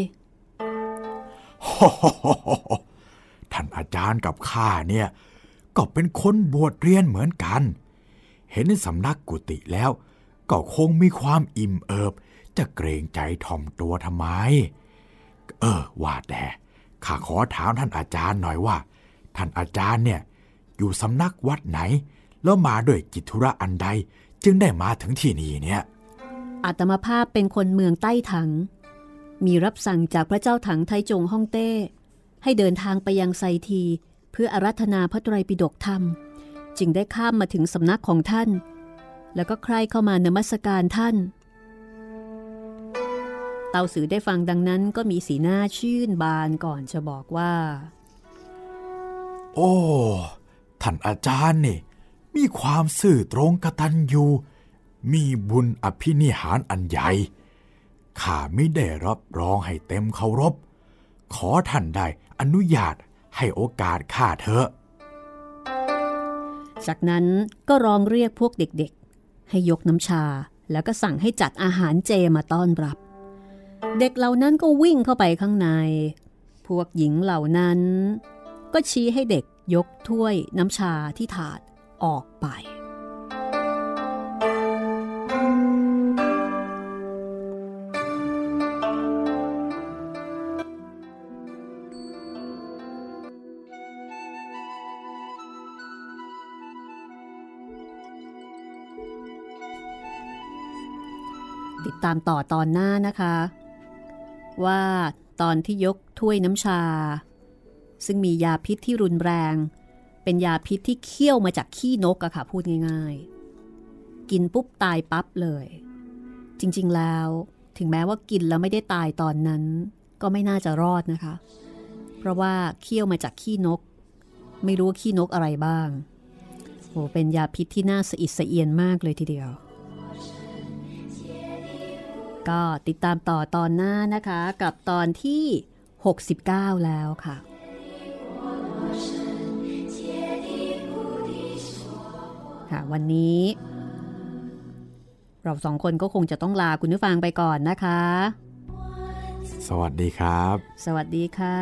ท่านอาจารย์กับข้าเนี่ยก็เป็นคนบวชเรียนเหมือนกันเห็นสำนักกุฏิแล้วก็คงมีความอิ่มเอิบจะเกรงใจถ่อมตัวทำไมเออว่าแต่ข้าขอถามท่านอาจารย์หน่อยว่าท่านอาจารย์เนี่ยอยู่สำนักวัดไหนแล้วมาด้วยกิจธุระอันใดจึงได้มาถึงที่นี่เนี่ยอาตมาภาพเป็นคนเมืองใต้ถังมีรับสั่งจากพระเจ้าถังไทจงฮ่องเต้ให้เดินทางไปยังไซทีเพื่ออาราธนาพระไตรปิฎกธรรมจึงได้ข้ามมาถึงสำนักของท่านแล้วก็ใคร่เข้ามานมัสการท่านเตาสือได้ฟังดังนั้นก็มีสีหน้าชื่นบานก่อนจะบอกว่าโอ้ท่านอาจารย์นี่มีความซื่อตรงกตัญญูมีบุญอภินิหารอันใหญ่ข้าไม่ได้รับรองให้เต็มเคารพขอท่านได้อนุญาตให้โอกาสข้าเถอะจากนั้นก็ร้องเรียกพวกเด็กๆให้ยกน้ำชาแล้วก็สั่งให้จัดอาหารเจมาต้อนรับเด็กเหล่านั้นก็วิ่งเข้าไปข้างในพวกหญิงเหล่านั้นก็ชี้ให้เด็กยกถ้วยน้ำชาที่ถาดออกไปติดตามต่อตอนหน้านะคะว่าตอนที่ยกถ้วยน้ำชาซึ่งมียาพิษที่รุนแรงเป็นยาพิษที่เคี่ยวมาจากขี้นกอะค่ะพูดง่ายๆกินปุ๊บตายปั๊บเลยจริงๆแล้วถึงแม้ว่ากินแล้วไม่ได้ตายตอนนั้นก็ไม่น่าจะรอดนะคะเพราะว่าเคี่ยวมาจากขี้นกไม่รู้ขี้นกอะไรบ้างโหเป็นยาพิษที่น่าสะอิดสะเอียนมากเลยทีเดียวก็ติดตามต่อตอนหน้านะคะกับตอนที่หกสิบเก้าแล้วค่ะค่ะวันนี้เราสองคนก็คงจะต้องลาคุณผู้ฟังไปก่อนนะคะสวัสดีครับสวัสดีค่ะ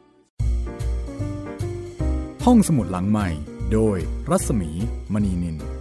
ห้องสมุดหลังใหม่โดยรัศมีมณีนิน